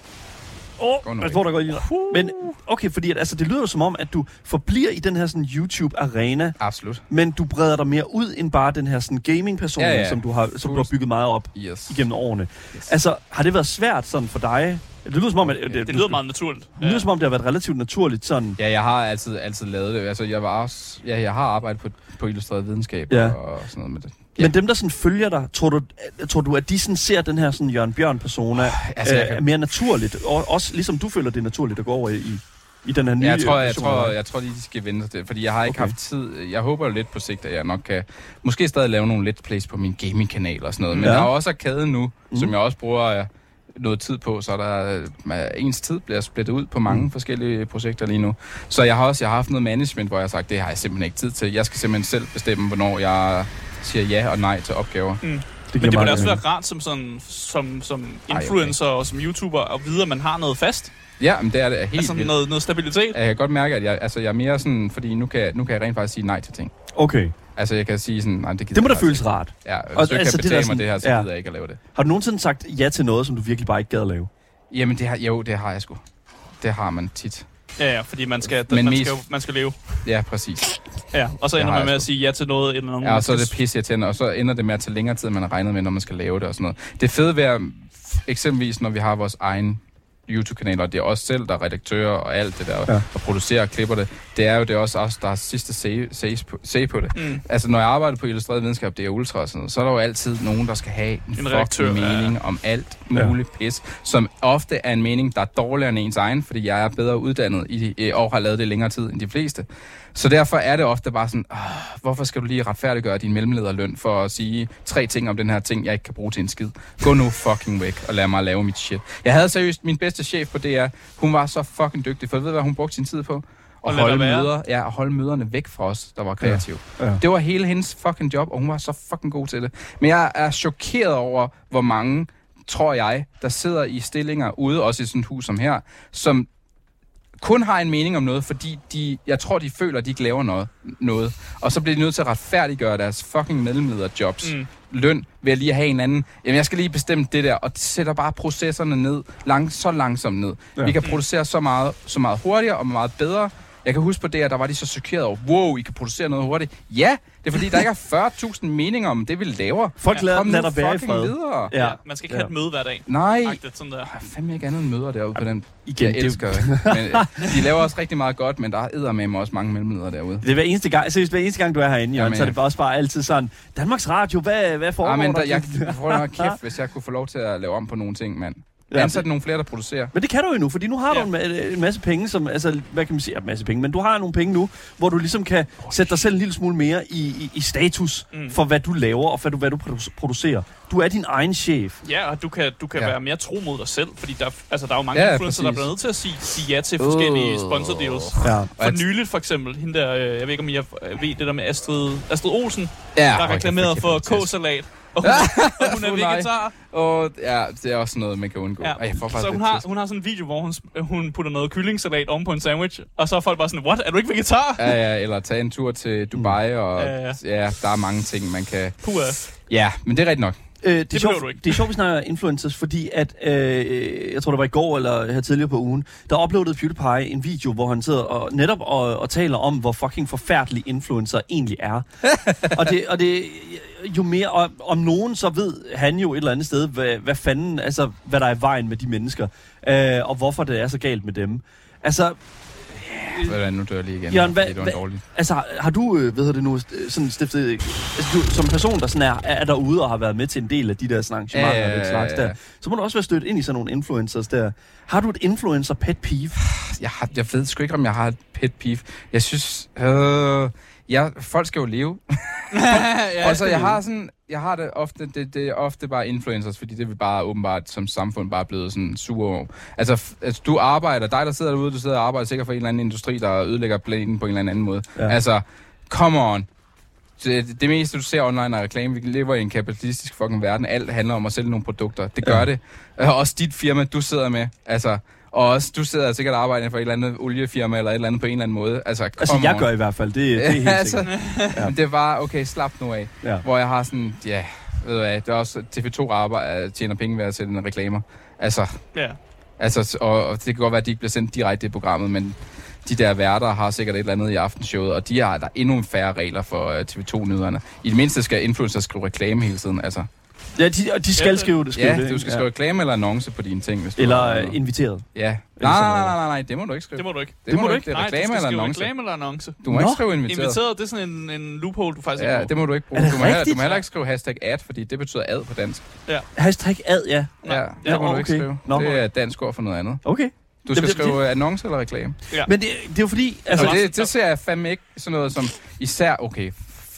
Jeg tror, der går lige. Men okay, fordi altså, det lyder jo som om, at du forbliver i den her sådan YouTube-arena. Absolut. Men du breder dig mere ud end bare den her sådan gaming-person, som du har bygget meget op igennem årene. Yes. Altså, har det været svært sådan for dig? Det lyder som om, at det lyder meget naturligt. Det lyder som om, det har været relativt naturligt sådan. Ja, jeg har altid lavet det. Altså, jeg har arbejdet på illustreret videnskab og sådan noget med det. Ja. Men dem, der sådan følger dig, tror du, at de sådan ser den her sådan Jørgen Bjørn-persona mere naturligt? Og også ligesom du føler det er naturligt at gå over i den her nye... Jeg tror lige, de skal vente til, fordi jeg har ikke haft tid. Jeg håber jo lidt på sigt, at jeg nok kan måske stadig lave nogle let's plays på min gaming-kanal og sådan noget. Men der er også Arkade nu, som jeg også bruger noget tid på, så der ens tid bliver splittet ud på mange forskellige projekter lige nu. Så jeg har haft noget management, hvor jeg har sagt, det har jeg simpelthen ikke tid til. Jeg skal simpelthen selv bestemme, hvornår jeg siger ja og nej til opgaver. Men det må da også være rart som influencer og som YouTuber at vide, at man har noget fast. Ja, men det er det helt altså noget stabilitet. Jeg kan godt mærke, at jeg er mere sådan, fordi nu kan jeg rent faktisk sige nej til ting. Okay. Altså, jeg kan sige sådan, nej, det gider Det må da jeg føles rart. Ja, hvis du ikke kan betale mig det her, så ja. gider jeg ikke at lave det. Har du nogensinde sagt ja til noget, som du virkelig bare ikke gad at lave? Jamen, det har jeg sgu. Det har man tit. Ja, fordi man skal leve. Ja, præcis. Ja, og så ender man med at sige ja til noget eller nogen. Ja, og så er det pisseirriterende, og så ender det med at tage længere tid, end man har regnet med, når man skal lave det og sådan noget. Det fede ved at, eksempelvis, når vi har vores egen YouTube-kanal, og det er os selv, der er redaktører og alt det der, og producerer og klipper det, det er jo det også os, der har sidste say på det. Altså, når jeg arbejder på Illustreret Videnskab, det er ultra og sådan noget, så er der jo altid nogen, der skal have en fucking mening om alt muligt pis, som ofte er en mening, der er dårligere end ens egen, fordi jeg er bedre uddannet og har lavet det længere tid end de fleste. Så derfor er det ofte bare sådan, hvorfor skal du lige retfærdiggøre din mellemlederløn for at sige 3 ting om den her ting, jeg ikke kan bruge til en skid? Gå nu fucking væk og lad mig lave mit shit. Jeg havde seriøst min bedste chef på DR. Hun var så fucking dygtig, for jeg ved, hvad hun brugte sin tid på? At holde møderne væk fra os, der var kreative. Ja. Det var hele hendes fucking job, og hun var så fucking god til det. Men jeg er chokeret over, hvor mange, tror jeg, der sidder i stillinger ude, også i sådan et hus som her, som kun har en mening om noget, fordi jeg tror, de føler, at de ikke laver noget. Og så bliver de nødt til at retfærdiggøre deres fucking mellemlederjobs løn ved at lige have en anden. Jamen, jeg skal lige bestemme det der, og det sætter bare processerne ned, så langsomt ned. Ja. Vi kan producere så meget hurtigere og meget bedre. Jeg kan huske på det, at der var de så chokeret over, wow, I kan producere noget hurtigt. Ja, det er fordi, der ikke er 40.000 meninger om det, vi laver. Folk lader der være i fred. Videre. Ja, man skal ikke have et møde hver dag. Nej, sådan der. Jeg har fandme ikke andet end møder derude på den. Igen, jeg elsker det. Men de laver også rigtig meget godt, men der er eddermame også mange mellemledere derude. Det er hver eneste gang, du er herinde, Jørgen, så er det også bare altid sådan, Danmarks Radio, hvad foregår der? Jeg får nok kæft, hvis jeg kunne få lov til at lave om på nogle ting, mand. Ansæt nogle flere, der producerer. Men det kan du jo nu, fordi nu har du en masse penge, som, altså, hvad kan man sige, en masse penge, men du har nogle penge nu, hvor du ligesom kan sætte dig selv en lille smule mere i status for, hvad du laver og hvad du producerer. Du er din egen chef. Ja, og du kan være mere tro mod dig selv, fordi der er jo mange influencer, der bliver nødt til at sige ja til forskellige sponsor deals. Ja. For nyligt for eksempel, hende der, jeg ved ikke om I ved det der med Astrid Olsen, der reklameret for K-salat. Og hun er vegetar. Og ja, det er også noget, man kan undgå. Ja. Så hun har sådan en video, hvor hun putter noget kyllingsalat oven på en sandwich, og så er folk bare sådan, what? Er du ikke vegetar? Ja, eller tage en tur til Dubai, og der er mange ting, man kan... Ja, men det er rigtigt nok. Det er sjovt, vi snakker influencers, fordi at, jeg tror det var i går eller her tidligere på ugen, der uploadede PewDiePie en video, hvor han sidder og taler om, hvor fucking forfærdelig influencer egentlig er. og det jo mere om nogen, så ved han jo et eller andet sted, hvad fanden, altså hvad der er i vejen med de mennesker, og hvorfor det er så galt med dem. Altså... Nu dør jeg lige igen. Jørgen, altså, har du, sådan stiftet... Altså, du, som person, der sådan er derude og har været med til en del af de der arrangementer og den slags der, så må du også være stødt ind i sådan nogle influencers der. Har du et influencer pet peeve? Jeg ved sgu ikke, om jeg har et pet peeve. Jeg synes... folk skal jo leve. Altså, jeg har det ofte, det er ofte bare influencers, fordi det er vi bare åbenbart som samfund bare blevet sådan sure over. Altså, du arbejder, dig der sidder derude, du sidder og arbejder sikkert for en eller anden industri, der ødelægger planeten på en eller anden måde. Ja. Altså, come on. Det meste, du ser online er reklame. Vi lever i en kapitalistisk fucking verden. Alt handler om at sælge nogle produkter. Det gør det. Også dit firma, du sidder med. Altså... Og også, du sidder sikkert og arbejder for et eller andet oliefirma eller et eller andet på en eller anden måde. Altså jeg gør i hvert fald, det er helt sikkert. Men det var, okay, slap nu af. Ja. Hvor jeg har sådan, ved du hvad, det er også TV2 tjener penge ved at sætte en reklamer. Og det kan godt være, at de ikke bliver sendt direkte i programmet, men de der værter har sikkert et eller andet i aftenshowet, og der er endnu færre regler for TV2-nyderne. I det mindste skal influencers skrive reklame hele tiden, altså. Ja, de skal skrive det. Ja, du skal skrive reklame eller annonce på dine ting. Hvis du eller inviteret. Ja. Nej, det må du ikke skrive. Det må du ikke. Det er reklame eller annonce. Reklame eller annonce. Du må ikke skrive inviteret. Inviteret, det er sådan en loophole, du faktisk ikke må. Ja, det må du ikke bruge. Du må heller ikke skrive #ad, fordi det betyder ad på dansk. Ja. #ad, ja. Ja, det må du ikke skrive. Det er dansk ord for noget andet. Okay. Du skal skrive annonce eller reklame. Ja. Men det er jo fordi... Altså, det ser jeg fandme ikke sådan noget som... Især, okay...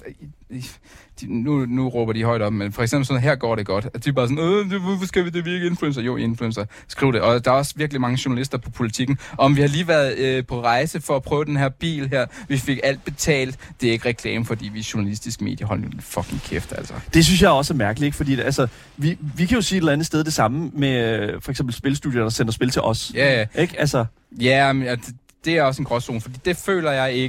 Nu råber de højt op, men for eksempel sådan, her går det godt. At de er bare sådan, hvorfor skal vi det virke influencer? Jo, influencer. Skriv det. Og der er også virkelig mange journalister på politikken. Om vi har lige været på rejse for at prøve den her bil her. Vi fik alt betalt. Det er ikke reklame, fordi vi er journalistisk medie. Hold nu fucking kæft, altså. Det synes jeg også er mærkeligt, ikke? Fordi altså, vi kan jo sige et eller andet sted det samme med for eksempel spilstudier, der sender spil til os. Ja. Ikke? Altså... Ja, men det er også en gråzone, fordi det føler jeg ikke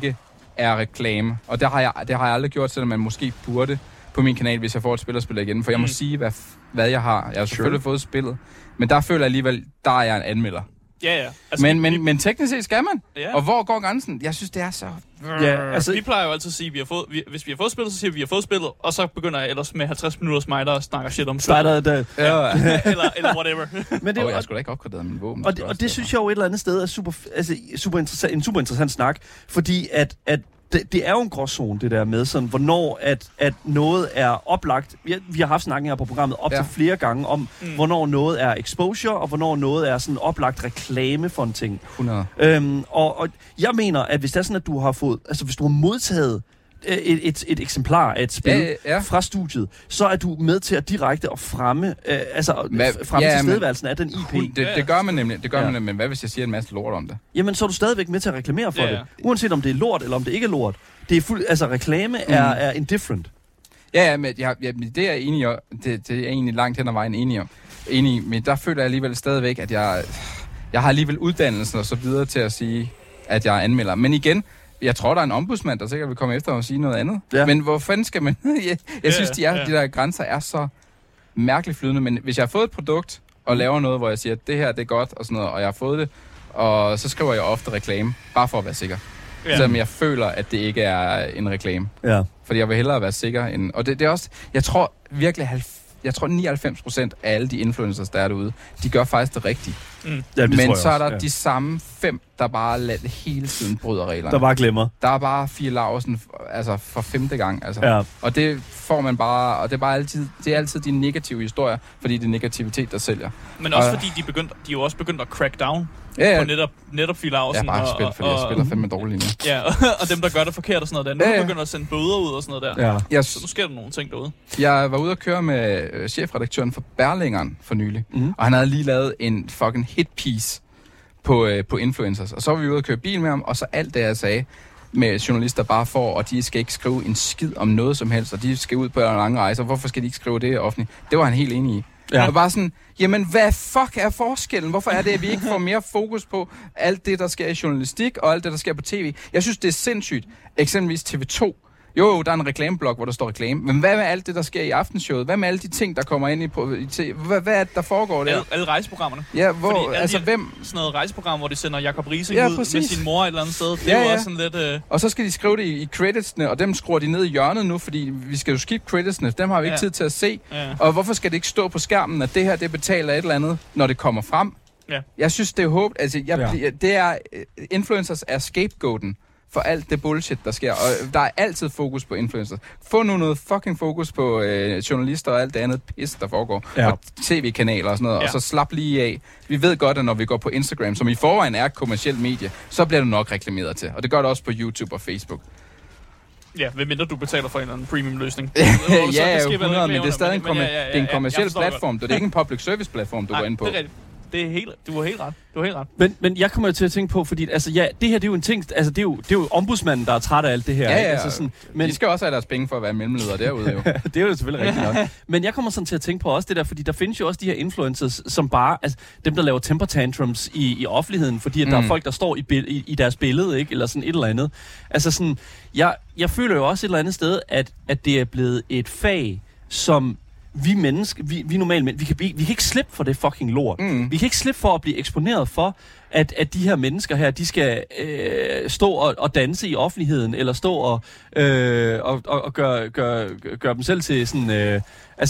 er reklame. Og det har jeg aldrig gjort, selvom man måske burde på min kanal, hvis jeg får et spil og spiller igen. For jeg må sige, hvad jeg har. Jeg har selvfølgelig fået spillet. Men der føler jeg alligevel, der er jeg en anmelder. Ja. Altså, men teknisk set skal man. Ja. Og hvor går grænsen? Jeg synes, det er så... Ja, altså, vi plejer jo altid at sige, at hvis vi har fået spillet, så siger vi, at vi har fået spillet, og så begynder jeg ellers med 50 minutters mig, der snakker shit om spillet. Eller whatever. Men det jeg skulle da ikke opgradere min våben. Og det synes jeg jo et eller andet sted er super interessant snak, fordi at det er jo en gråzone, det der med sådan, hvornår at noget er oplagt. Vi har haft snakken her på programmet op til flere gange om, hvornår noget er exposure, og hvornår noget er sådan oplagt reklame for en ting. 100. Og jeg mener, at hvis det er sådan, at du har fået, altså hvis du har modtaget et eksemplar af et spil fra studiet, så er du med til at direkte at fremme tilstedeværelsen af den IP. Det gør man nemlig. Men hvad hvis jeg siger en masse lort om det? Jamen, så er du stadigvæk med til at reklamere for det. Uanset om det er lort, eller om det ikke er lort. Det er reklame er indifferent. Ja, men det er jeg enig om. Det er jeg egentlig langt hen ad vejen enig, men der føler jeg alligevel stadigvæk, at jeg har alligevel uddannelsen og så videre til at sige, at jeg er anmelder. Men igen, jeg tror, der er en ombudsmand, der sikkert vil komme efter og sige noget andet. Ja. Men hvor fanden skal man... jeg synes, de der grænser er så mærkeligt flydende. Men hvis jeg har fået et produkt og laver noget, hvor jeg siger, at det her det er godt og sådan noget, og jeg har fået det, og så skriver jeg ofte reklame, bare for at være sikker. Ja. Selvom jeg føler, at det ikke er en reklame. Ja. Fordi jeg vil hellere være sikker end... Og det er også... Jeg tror virkelig 99% af alle de influencers, der er derude, de gør faktisk det rigtige. Ja, men så er der de samme 5, der bare hele tiden bryder reglerne. Der bare glemmer. Der er bare 4 Larsen, altså for 5. gang. Altså. Ja. Og det får man bare, og det er bare altid de negative historier, fordi det er negativitet, der sælger. Men også fordi de er jo også begyndt at crack down på netop Fie Laursen. Jeg har bare spillet, fordi jeg spiller fandme dårligt nu. Ja, og dem, der gør det forkert og sådan noget der. Nu begynder at sende bøder ud og sådan noget der. Ja. Så nu sker der nogle ting derude. Jeg var ude at køre med chefredaktøren for Berlingeren for nylig, og han havde lige lavet en fucking hitpiece på influencers. Og så var vi ude at køre bil med ham, og så alt det, jeg sagde med journalister bare får, og de skal ikke skrive en skid om noget som helst, og de skal ud på en lang rejse, og hvorfor skal de ikke skrive det offentligt? Det var han helt enig i. Ja. Og bare sådan, jamen hvad fuck er forskellen? Hvorfor er det, at vi ikke får mere fokus på alt det, der sker i journalistik, og alt det, der sker på tv? Jeg synes, det er sindssygt. Eksempelvis TV2. Jo, der er en reklameblok, hvor der står reklame. Men hvad med alt det, der sker i aftenshowet? Hvad med alle de ting, der kommer ind i hvad er det, der foregår der? Alle rejseprogrammerne. Ja, hvor, altså hvem... Sådan noget rejseprogram, hvor de sender Jacob Riising ud med sin mor et eller andet sted. Det er jo også sådan lidt... Og så skal de skrive det i creditsene, og dem skruer de ned i hjørnet nu, fordi vi skal jo skip creditsene. Dem har vi ikke tid til at se. Ja. Og hvorfor skal det ikke stå på skærmen, at det her, det betaler et eller andet, når det kommer frem? Ja. Jeg synes, det er håb. Altså, det er... Influencers er scapegoaten for alt det bullshit, der sker. Og der er altid fokus på influencers. Få nu noget fucking fokus på journalister og alt det andet pis, der foregår. Ja. Og tv-kanaler og sådan noget. Ja. Og så slap lige af. Vi ved godt, at når vi går på Instagram, som i forvejen er et kommercielt medie, så bliver du nok reklameret til. Og det gør det også på YouTube og Facebook. Ja, medmindre du betaler for en eller anden premium-løsning. Ja, men det er stadig en kommerciel platform. Det er ikke en public service platform, du går ind på. Det er rigtigt. Du har helt ret. Men jeg kommer til at tænke på, fordi altså, det her det er jo en ting, altså det er jo ombudsmanden, der er træt af alt det her. Ja, altså, sådan, men de skal også have deres penge for at være mellemledere derude jo. Det er jo selvfølgelig rigtigt nok. Men jeg kommer sådan til at tænke på også det der, fordi der findes jo også de her influencers, som bare, altså dem der laver temper tantrums i offentligheden, fordi at der er folk, der står i deres billede, ikke, eller sådan et eller andet. Altså sådan, jeg føler jo også et eller andet sted, at det er blevet et fag, som vi mennesker, vi normalt mænd, vi kan ikke slippe for det fucking lort. Vi kan ikke slippe for at blive eksponeret for, at de her mennesker her, de skal stå og danse i offentligheden, eller stå og gøre dem selv til sådan,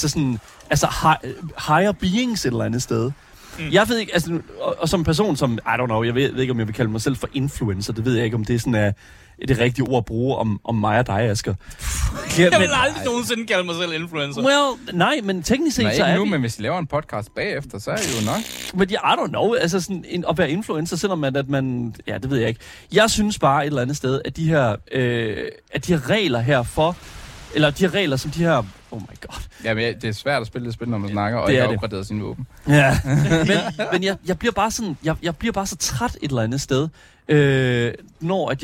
higher beings et eller andet sted. Jeg ved ikke, altså, og som person, som, I don't know, jeg ved ikke, om jeg vil kalde mig selv for influencer, det ved jeg ikke, om det er sådan det rigtige ord at bruge om mig og dig, Asger. Jeg vil aldrig nogensinde kalde mig selv influencer. Well, nej, men teknisk set så er nu, men hvis I laver en podcast bagefter, så er det jo nok. Men I don't know, altså sådan at være influencer, selvom at man, ja, det ved jeg ikke. Jeg synes bare et eller andet sted, at de her regler her for, eller de her regler, som de her... Oh my god. Ja, men det er svært at spille det spil, når man snakker, og jeg har opgraderet sine våben. Ja, men jeg bliver bare sådan, jeg bliver bare så træt et eller andet sted, når at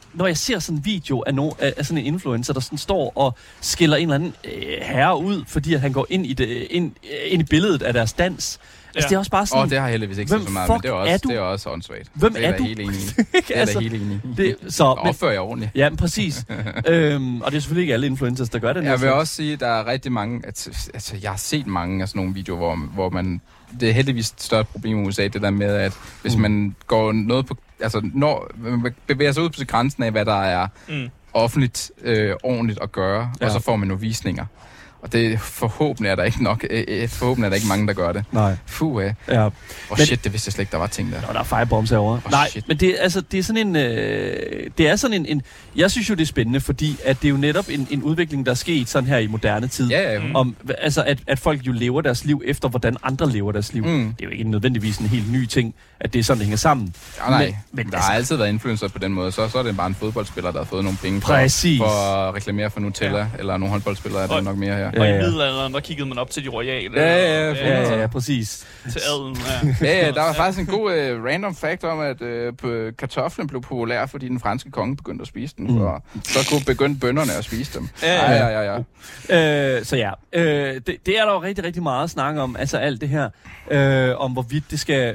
når jeg ser sådan en video af sådan en influencer, der sådan står og skiller en eller anden herre ud, fordi at han går ind i billedet af deres dans. Altså, det er også bare sådan... det har jeg heldigvis ikke så meget, men det er også åndssvagt. Hvem det er du? Helt enig. Det er da helt enig. Opfører jeg ordentligt. Ja, præcis. Og det er selvfølgelig ikke alle influencers, der gør det. Jeg vil også sige, at der er rigtig mange... Altså, jeg har set mange af sådan nogle videoer, hvor man... Det er heldigvis et større problem i USA, det der med, at hvis man går noget på... Altså, når man bevæger sig ud på grænsen af, hvad der er offentligt ordentligt at gøre, og så får man nogle visninger. Og det forhåbentlig er der ikke nok. Forhåbentlig er der ikke mange, der gør det. Nej. Ja. Shit, det vidste jeg slet ikke, der var ting der. Der er firebombs herovre. Nej, shit. Men det er sådan en... det er sådan en... Jeg synes jo, det er spændende, fordi at det er jo netop en udvikling, der er sket sådan her i moderne tid. Ja. Om, altså, at folk jo lever deres liv efter, hvordan andre lever deres liv. Det er jo ikke nødvendigvis en helt ny ting, at det er sådan, det hænger sammen. Ja, nej, men der har altid været influencer på den måde. Så er det bare en fodboldspiller, der har fået nogle penge for at reklamere for Nutella, eller nogle håndboldspillere, er det nok mere her. Og i middelalderen, der kiggede man op til de royale. Ja, præcis. Til adelen, ja, der var faktisk en god random fact om, at kartoflen blev populær, fordi den franske konge begyndte at spise den. Så begyndte bønderne at spise dem. Ja. Så ja, det er der jo rigtig, rigtig meget at snakke om. Altså alt det her, om hvorvidt det skal...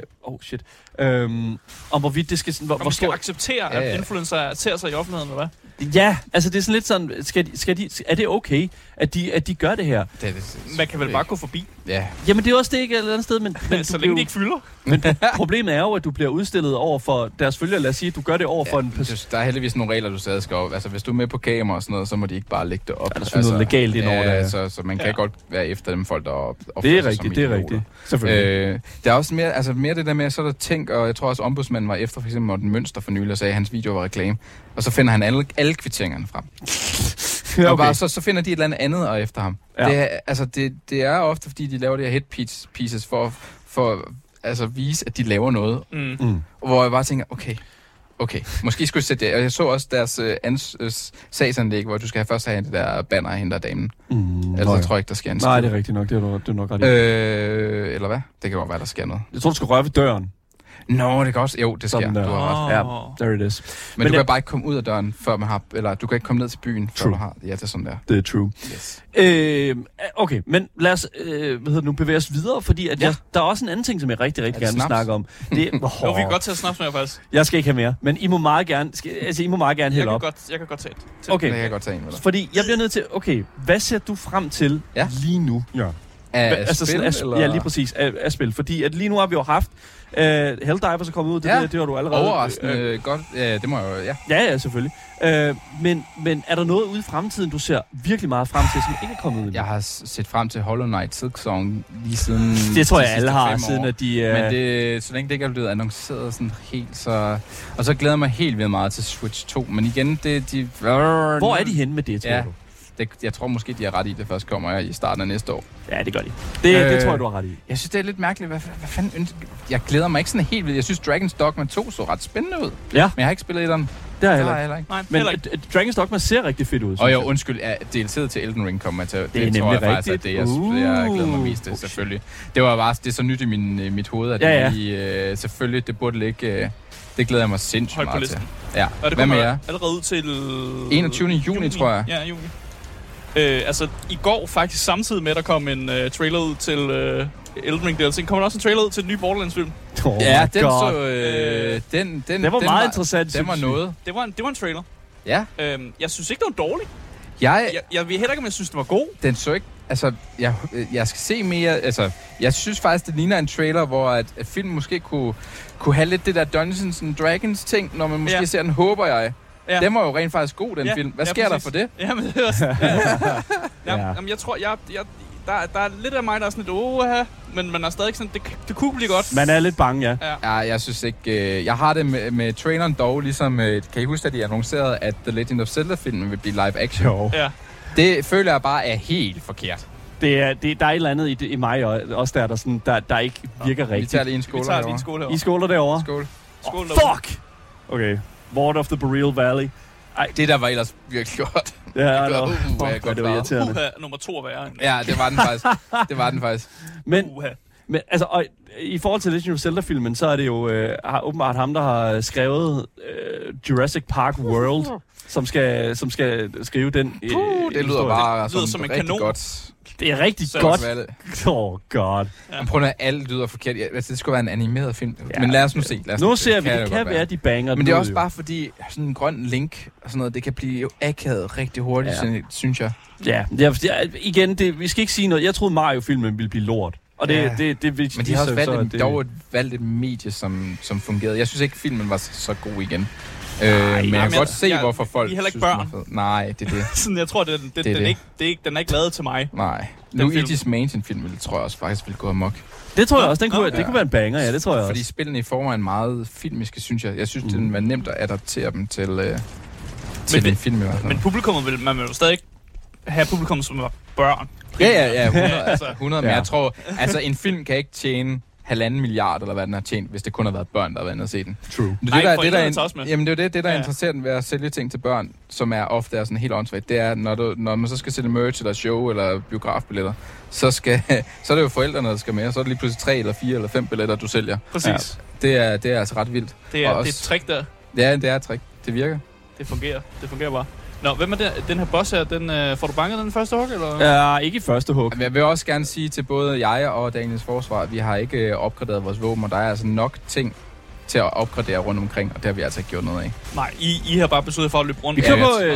om hvorvidt det skal... Hvor skal acceptere, at influencer ser sig i offentligheden, eller hvad? Ja, altså det er sådan lidt sådan, er det okay, at de gør det her? Man kan vel bare gå forbi? Ja. Jamen det er også det ikke et eller andet sted, men så længe de ikke fylder. Men problemet er jo, at du bliver udstillet over for deres følgere. Lad os sige, at du gør det over for en person. Der er heldigvis nogle regler, du stadig skal op. Altså hvis du er med på kamera og sådan noget, så må de ikke bare lægge det op. Ja, der er noget legalt ind over det. Så man kan godt være efter dem folk, der det er rigtigt, det er rigtigt. Selvfølgelig. Der er også mere det der med, så er der tænk, og jeg tror også ombudsmanden var efter for eksempel Morten Mønster for nylig og sagde, at hans video var reklame. Og så finder han alle kvitteringerne frem. Okay. Og bare, så finder de et eller andet og efter ham. Ja. Det er ofte, fordi de laver de her hit pieces for altså vise, at de laver noget. Hvor jeg bare tænker, okay, måske skulle jeg sætte det. Og jeg så også deres sagsanlæg, hvor du skal først have det der banner af hende der damen. Ellers tror jeg ikke, der sker en skid. Nej, det er rigtigt nok. Det er nok ret eller hvad? Det kan jo være, der sker noget. Jeg tror, du skal røre ved døren. Det kan også... Jo, det sker. Du har ret. Ja, there it is. Men du kan bare ikke komme ud af døren, før man har... Eller du kan ikke komme ned til byen, før du har... Ja, det er sådan der. Det er true. Yes. Okay, men lad os nu bevæge os videre, fordi at der er også en anden ting, som jeg rigtig gerne vil snakke om. Vi kan godt tage snaps med, faktisk. Jeg skal ikke have mere, men I må meget gerne hælde op. Jeg kan godt tage det. Okay. Jeg kan godt tage en med dig. Fordi jeg bliver nødt til... Okay, hvad ser du frem til lige nu? Ja. Af spil, eller? Ja, lige præcis. Af spil. Fordi at lige nu har vi jo haft Helldivers er kommet ud. Det har du allerede... Overraskende godt. Det må jeg jo... Ja, selvfølgelig. Men er der noget ude i fremtiden, du ser virkelig meget frem til, som ikke er kommet ud? Jeg har set frem til Hollow Knight Silksong lige siden... Det tror jeg alle har, siden at de... Men det, så længe det ikke er blevet annonceret sådan helt, så... Og så glæder jeg mig helt vildt meget til Switch 2. Men igen, Hvor er de henne med det, tror du? Jeg tror måske, de har ret i, det først kommer i starten af næste år. Ja, det gør de. Det tror jeg, du har ret i. Jeg synes, det er lidt mærkeligt. Hvad fanden... Jeg glæder mig ikke sådan helt vildt. Jeg synes, Dragon's Dogma 2 så ret spændende ud. Ja. Men jeg har ikke spillet den. Det har jeg heller ikke. Nej, men Dragon's Dogma ser rigtig fedt ud. Og jo, undskyld, DLC'et til Elden Ring kommer til. Det er tror jeg faktisk, at det jeg glæder mig mest til, selvfølgelig. Det var bare det er så nyt i mit hoved, at det selvfølgelig, det burde ligge... Det glæder jeg mig sindssygt meget til. Ja. Og det kommer allerede ud til... 21. juni, tror jeg. Ja, juni. Altså, i går faktisk samtidig med, at der kom en trailer ud til Elden Ring DLC. Kommer der også en trailer ud til den nye Borderlands-film? Ja, den så... Den var meget interessant. Den var noget. Det var en trailer. Ja. Jeg synes ikke, det var dårligt. Jeg ved heller ikke, om jeg synes, det var god. Den så ikke... Altså, jeg skal se mere... Altså, jeg synes faktisk, det ligner en trailer, hvor at filmen måske kunne have lidt det der Dungeons and Dragons ting, når man måske ser den, håber jeg. Ja. Den var jo rent faktisk god, den film. Hvad sker der for det? Jamen, det er også... Jamen, jeg tror, der er lidt af mig, der er sådan lidt, men man er stadig sådan, det kunne blive godt. Man er lidt bange, ja. Jeg synes ikke... Jeg har det med traileren dog, ligesom... Kan I huske, at de annoncerede, at The Legend of Zelda-filmen vil blive live action? Jo. Ja. Det føler jeg bare er helt forkert. Der er et eller andet i mig også, der sådan, der ikke virker rigtigt. Vi tager lige en skål herovre. I skåler derovre? Skål. Skål fuck! Okay. Ward of the Boreal Valley. Ej, det der var ellers virkelig godt. Ja, det var irriterende. Nummer 2 at være. Ja, det var den faktisk. Men Men altså, og i forhold til Legend of Zelda-filmen, så er det jo åbenbart ham, der har skrevet Jurassic Park World, som skal skrive den det lyder bare som en rigtig kanon. Godt. Det er rigtig godt. Oh god. Ja. Men prøv at alt lyder forkert. Altså, det skulle være en animeret film. Ja, men lad os nu se. Nu ser vi, det kan være, de banger. Men det er også bare fordi, sådan en grøn link og sådan noget, det kan blive jo akavet rigtig hurtigt, synes jeg. Ja, igen, vi skal ikke sige noget. Jeg troede Mario-filmen ville blive lort. Og det men de har også valgt et medie, som fungerede. Jeg synes ikke, filmen var så god igen. Men jeg kan godt se, hvorfor folk synes, den er fed. Nej, det er det. Sådan, jeg tror, den er ikke lavet til mig. Nej. Luigi's Mansion-film, tror jeg også faktisk ville gå amok. Det tror jeg også. Det kunne være en banger, ja, det tror jeg også. Fordi spillene i forvejen meget filmiske, synes jeg. Jeg synes, det var nemt at adaptere dem til en film i hvert fald. Men publikummet man vil jo stadig have publikum som børn. Ja, 100. Men jeg tror, altså en film kan ikke tjene 1,5 milliard, eller hvad den har tjent, hvis det kun har været børn, der har været inde og se den. True. Det er jo det, der er interessant ved at sælge ting til børn, som er ofte sådan helt åndssvagt. Det er, når man så skal sælge merch, eller show, eller biografbilletter, så er det jo forældrene, der skal med, og så er det lige pludselig 3 eller 4 eller 5 billetter, du sælger. Præcis. Ja. Det er altså ret vildt. Det er et trick der. Ja, det er et trick. Det virker. Det fungerer bare. Nå, hvem er den her boss her? Får du banket den første hug, eller? Ja, ikke i første hug. Jeg vil også gerne sige til både jeg og Daniels forsvar, at vi har ikke opgraderet vores våben, og der er altså nok ting til at opgradere rundt omkring, og det har vi altså ikke gjort noget af. Nej, I har bare besluttet for at løbe rundt.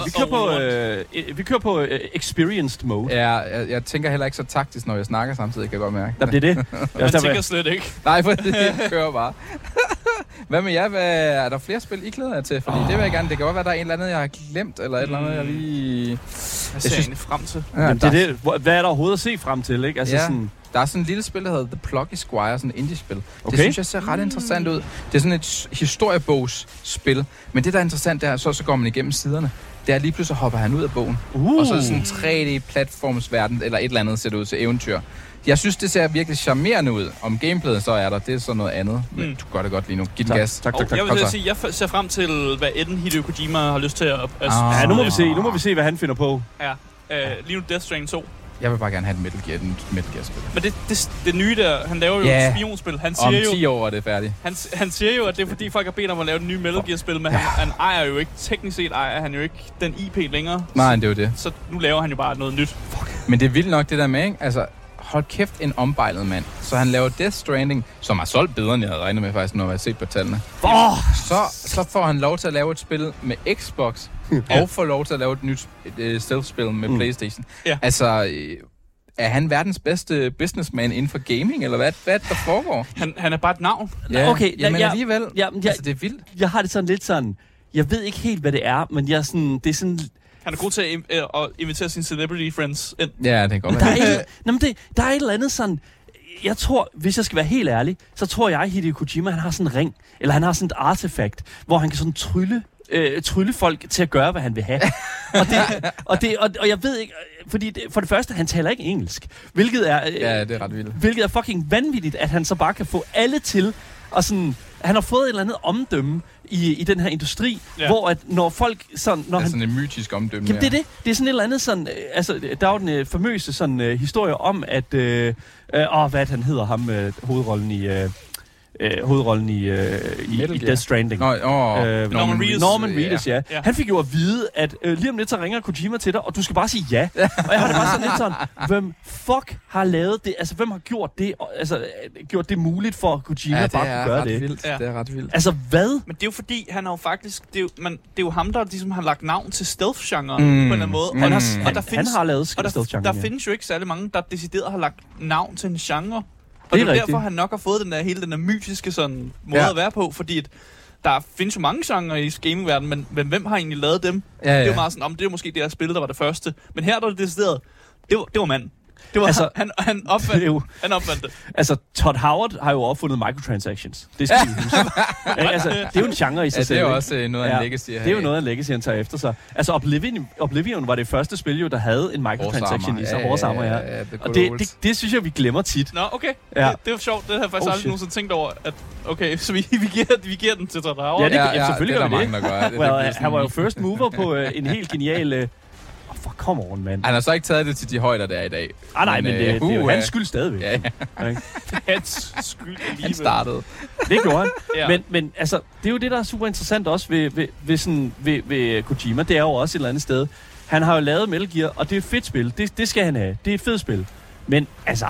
Vi kører på experienced mode. Ja, jeg tænker heller ikke så taktisk, når jeg snakker samtidig, kan jeg godt mærke. Det er det. Jeg tænker slet ikke. Nej, for det kører bare. Hvad med jer? Er der flere spil, I glæder jer til? Fordi det vil jeg gerne. Det kan godt være, der er en eller anden, jeg har glemt, eller et eller andet, jeg lige... Jeg ser egentlig frem til. Ja, hvad er der overhovedet at se frem til, ikke? Altså sådan... Der er sådan et lille spil, der hedder The Plucky Squire, sådan et indie-spil. Okay. Det synes jeg ser ret interessant ud. Det er sådan et historiebogsspil. Men det, der er interessant, det er, så går man igennem siderne. Det er lige pludselig hopper han ud af bogen. Og så er det sådan en 3D-platformsverden, eller et eller andet ser det ud til eventyr. Jeg synes, det ser virkelig charmerende ud. Om gameplayet så er der, det er så noget andet. Men du gør det godt lige nu. Giv den gas. Tak. Jeg vil sige, jeg ser frem til, hvad Eden Hideo Kojima har lyst til at... Ja, nu må vi se, hvad han finder på. Ja, lige nu Death Stranding 2. Jeg vil bare gerne have et Metal Gear-spil. Men det nye der, han laver jo et spionspil. Han siger om 10 år er det færdigt. Han siger jo, at det er fordi folk har bedt om at lave et nye Metal Gear-spil, men han ejer jo ikke, teknisk set ejer han jo ikke den IP længere. Nej, det er jo det. Så nu laver han jo bare noget nyt. Men det er vildt nok det der med, ikke? Altså, hold kæft en ombejlet mand. Så han laver Death Stranding, som har solgt bedre, end jeg havde regnet med faktisk, når jeg har set på tallene. Så får han lov til at lave et spil med Xbox, og får lov til at lave et nyt stealth-spil med PlayStation. Ja. Altså, er han verdens bedste businessman inden for gaming, eller hvad der foregår? Han er bare et navn. Ja, okay, men alligevel, altså det er vildt. Jeg har det sådan lidt sådan, jeg ved ikke helt, hvad det er, men det er sådan... Han er god til at invitere sine celebrity friends ind. Ja, det kan godt være. Der er et eller andet sådan... Jeg tror, hvis jeg skal være helt ærlig, så tror jeg, Hideo Kojima, han har sådan en ring, eller han har sådan et artefakt, hvor han kan sådan trylle folk til at gøre, hvad han vil have. og jeg ved ikke, fordi for det første, han taler ikke engelsk, hvilket er... Ja, det er ret vildt. Hvilket er fucking vanvittigt, at han så bare kan få alle til, og sådan... Han har fået et eller andet omdømme i den her industri, hvor at når folk sådan... Når sådan en mytisk omdømme. Jamen, det er det. Det er sådan et eller andet sådan... Altså, der er jo den famøse sådan historie om, at... hvad han hedder ham, hovedrollen i Death Stranding. Norman Reedus, ja. Han fik jo at vide, at lige om lidt, så ringer Kojima til dig, og du skal bare sige ja. Og jeg har det bare sådan lidt sådan, hvem fuck har lavet det? Altså, hvem har gjort det? Altså, gjort det muligt for Kojima bare at gøre det? Vildt. Ja. Det er ret vildt. Altså, hvad? Men det er jo fordi, han har jo faktisk... Det er jo ham, der ligesom har lagt navn til stealth-genren på en eller anden måde. Han har lavet stealth-genren, der findes jo ikke særlig mange, der decideret har lagt navn til en genre. Og det er derfor, han nok har fået hele den der mytiske sådan måde at være på, fordi der findes jo mange genrer i gamingverdenen, men hvem har egentlig lavet dem? Det er jo meget sådan, det er måske det her spil, der var det første. Men her der er det decideret, det var manden. Det var, altså, han opfandt det. Altså, Todd Howard har jo opfundet microtransactions. Det skal vi huske. Altså, det er jo en genre i sig selv. Det er jo også noget af en legacy. Det er jo noget af en legacy, han tager efter sig. Altså, Oblivion var det første spil, jo, der havde en microtransaction i sig. Horsammer, og det synes jeg, vi glemmer tit. Nå, okay. Ja. Det er jo sjovt. Det har jeg faktisk aldrig nogensinde tænkt over. At, okay, så vi giver den til Todd Howard. Ja, selvfølgelig gør vi det. Han var jo first mover på en helt genial... for come on, mand. Han har så ikke taget det til de højder, der er i dag. Men det er jo hans skyld stadigvæk. Ja. Hans skyld alligevel. Han startede. Det gjorde han. Ja. Men altså, det er jo det, der er super interessant også ved Kojima. Det er jo også et eller andet sted. Han har jo lavet Metal Gear, og det er et fedt spil. Det skal han have. Det er et fedt spil. Men altså...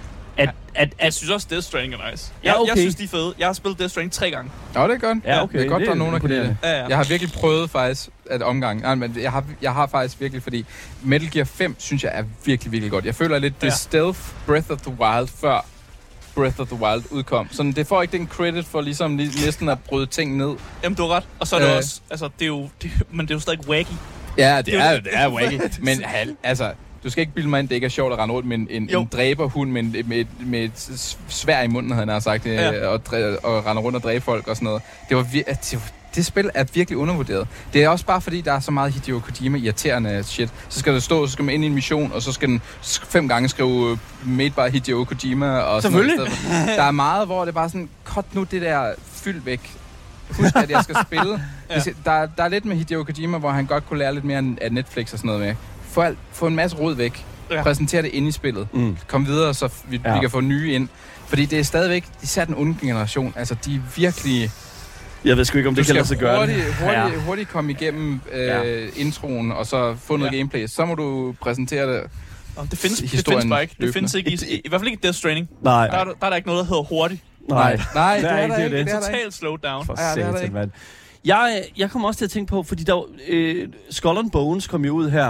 Jeg synes også, Death Stranding er nice. Ja, okay. Jeg synes, de er fede. Jeg har spillet Death Stranding 3 gange. Ja, det er godt. Ja, okay. Det er godt, der er nogen, der kan lide det. Ja. Jeg har virkelig prøvet faktisk at omgang. Nej, men jeg har faktisk virkelig, fordi Metal Gear 5, synes jeg er virkelig, virkelig godt. Jeg føler lidt, det stealth Breath of the Wild før Breath of the Wild udkom. Så det får ikke den credit for ligesom næsten at bryde ting ned. Jamen, du har ret. Og så er det også... Altså, men det er jo stadig wacky. Ja, det er wacky. Men altså... Du skal ikke bilde mig ind, det ikke er sjovt at rende rundt med en dræberhund med et sværd i munden, havde han sagt, og rende rundt og dræbe folk og sådan noget. Det spil er virkelig undervurderet. Det er også bare fordi, der er så meget Hideo Kojima irriterende shit. Så skal skal man ind i en mission, og så skal den 5 gange skrive made by Hideo Kojima. Og selvfølgelig. Der er meget, hvor det er bare sådan, cut nu det der fyld væk. Husk, at jeg skal spille. Der er lidt med Hideo Kojima, hvor han godt kunne lære lidt mere af Netflix og sådan noget med. Få en masse rod væk. Præsentere det inde i spillet. Kom videre, så vi kan få nye ind. Fordi det er stadigvæk, især den unge generation, altså de er virkelig... Jeg ved sgu ikke, om det kan lade sig gøre hurtigt komme igennem introen, og så få noget gameplay. Så må du præsentere det. Det findes bare ikke. Det findes ikke i hvert fald ikke i Death Stranding. Nej. Der er der ikke noget, der hedder hurtigt. Nej, det er der ikke. Det er totalt slow down. For satan, mand. Jeg kommer også til at tænke på, fordi der Skull and Bones kom jo ud her.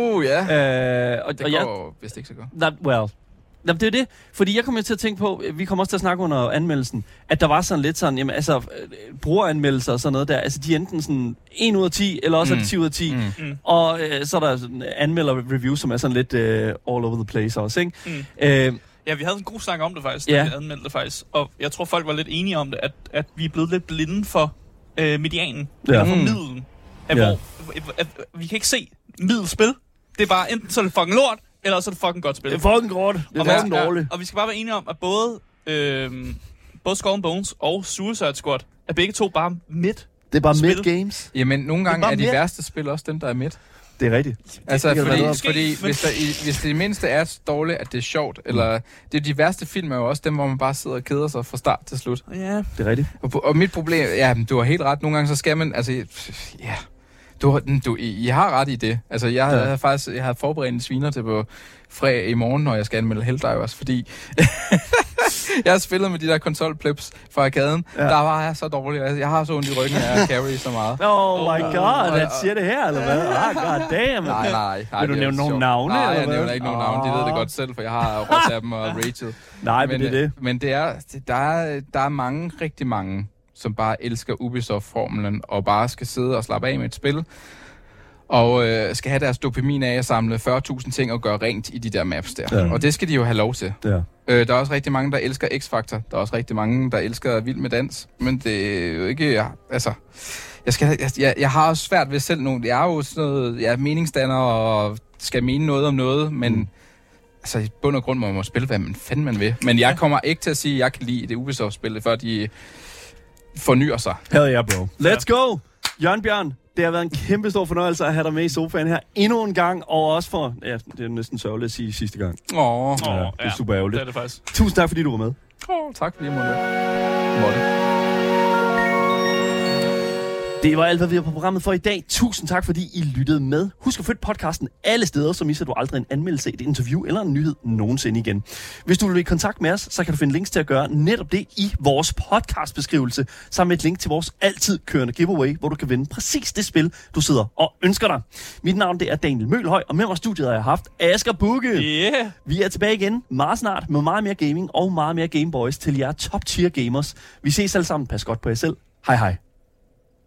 Og det går vist ikke så godt. Det er det, fordi jeg kommer til at tænke på, vi kommer også til at snakke under anmeldelsen, at der var sådan lidt sådan, jamen altså, brugeranmeldelser og sådan noget der, altså de er enten sådan 1 ud af 10, eller også er det 10 ud af 10, og så er der sådan anmelder-review, som er sådan lidt all over the place også, ikke? Ja, vi havde en god snak om det faktisk, da vi anmeldte det faktisk, og jeg tror folk var lidt enige om det, at vi er blevet lidt blinde for medianen, eller for middelen, hvor vi kan ikke se middelspil. Det er bare, enten så er det fucking lort, eller så er det fucking godt spil. Det er fucking godt. Det er fucking dårligt. Og vi skal bare være enige om, at både Skull and Bones og Suicide Squad er begge to bare midt. Det er bare mid-games. Jamen, nogle gange er de værste spil også dem, der er midt. Det er rigtigt. Altså, fordi hvis det mindste er dårligt, at det er sjovt, eller det er de værste film er jo også dem, hvor man bare sidder og keder sig fra start til slut. Ja, det er rigtigt. Og mit problem, du har helt ret, nogle gange så skal man, altså, I har ret i det. Altså, jeg havde forberedt en sviner til på fredag i morgen, når jeg skal anmelde Helldivers, fordi jeg har spillet med de der konsolplips fra arkaden. Der var jeg så dårlig. Jeg har så ondt i ryggen af carry så meget. Oh my god, han siger det her, eller hvad? God damn. Nej. Vil du nævne nogle navne? Nej, jeg nævner ikke nogen navne. De ved det godt selv, for jeg har Rossabem og Rachel. Nej, men det er det. Men der er mange, rigtig mange, som bare elsker Ubisoft-formlen, og bare skal sidde og slappe af med et spil, og skal have deres dopamin af at samle 40.000 ting og gøre rent i de der maps der. Ja. Og det skal de jo have lov til. Ja. Der er også rigtig mange, der elsker X-Factor. Der er også rigtig mange, der elsker Vild med Dans. Men det er jo ikke... Jeg har også svært ved selv nogle... Jeg er jo sådan noget... Jeg er meningsdanner og skal mene noget om noget, men... Altså, i bund og grund må man spille, hvad man fanden man vil. Men jeg kommer ikke til at sige, at jeg kan lide det Ubisoft-spil, før de fornyer sig. Hell yeah, bro. Let's go! Jørgen Bjørn, det har været en kæmpe stor fornøjelse at have dig med i sofaen her endnu en gang, og også for, det er næsten sørgeligt at sige sidste gang. Det er super ærgerligt. Det er det faktisk. Tusind tak, fordi du var med. Tak fordi jeg måtte. Det var alt, hvad vi har på programmet for i dag. Tusind tak, fordi I lyttede med. Husk at følge podcasten alle steder, så misser du aldrig en anmeldelse, et interview eller en nyhed nogensinde igen. Hvis du vil i kontakt med os, så kan du finde links til at gøre netop det i vores podcastbeskrivelse, sammen med et link til vores altid kørende giveaway, hvor du kan vinde præcis det spil, du sidder og ønsker dig. Mit navn det er Daniel Mølhøj, og med mig i studiet har jeg haft Asger Bugge. Yeah. Vi er tilbage igen meget snart med meget mere gaming og meget mere Gameboys til jer top tier gamers. Vi ses alle sammen. Pas godt på jer selv. Hej hej.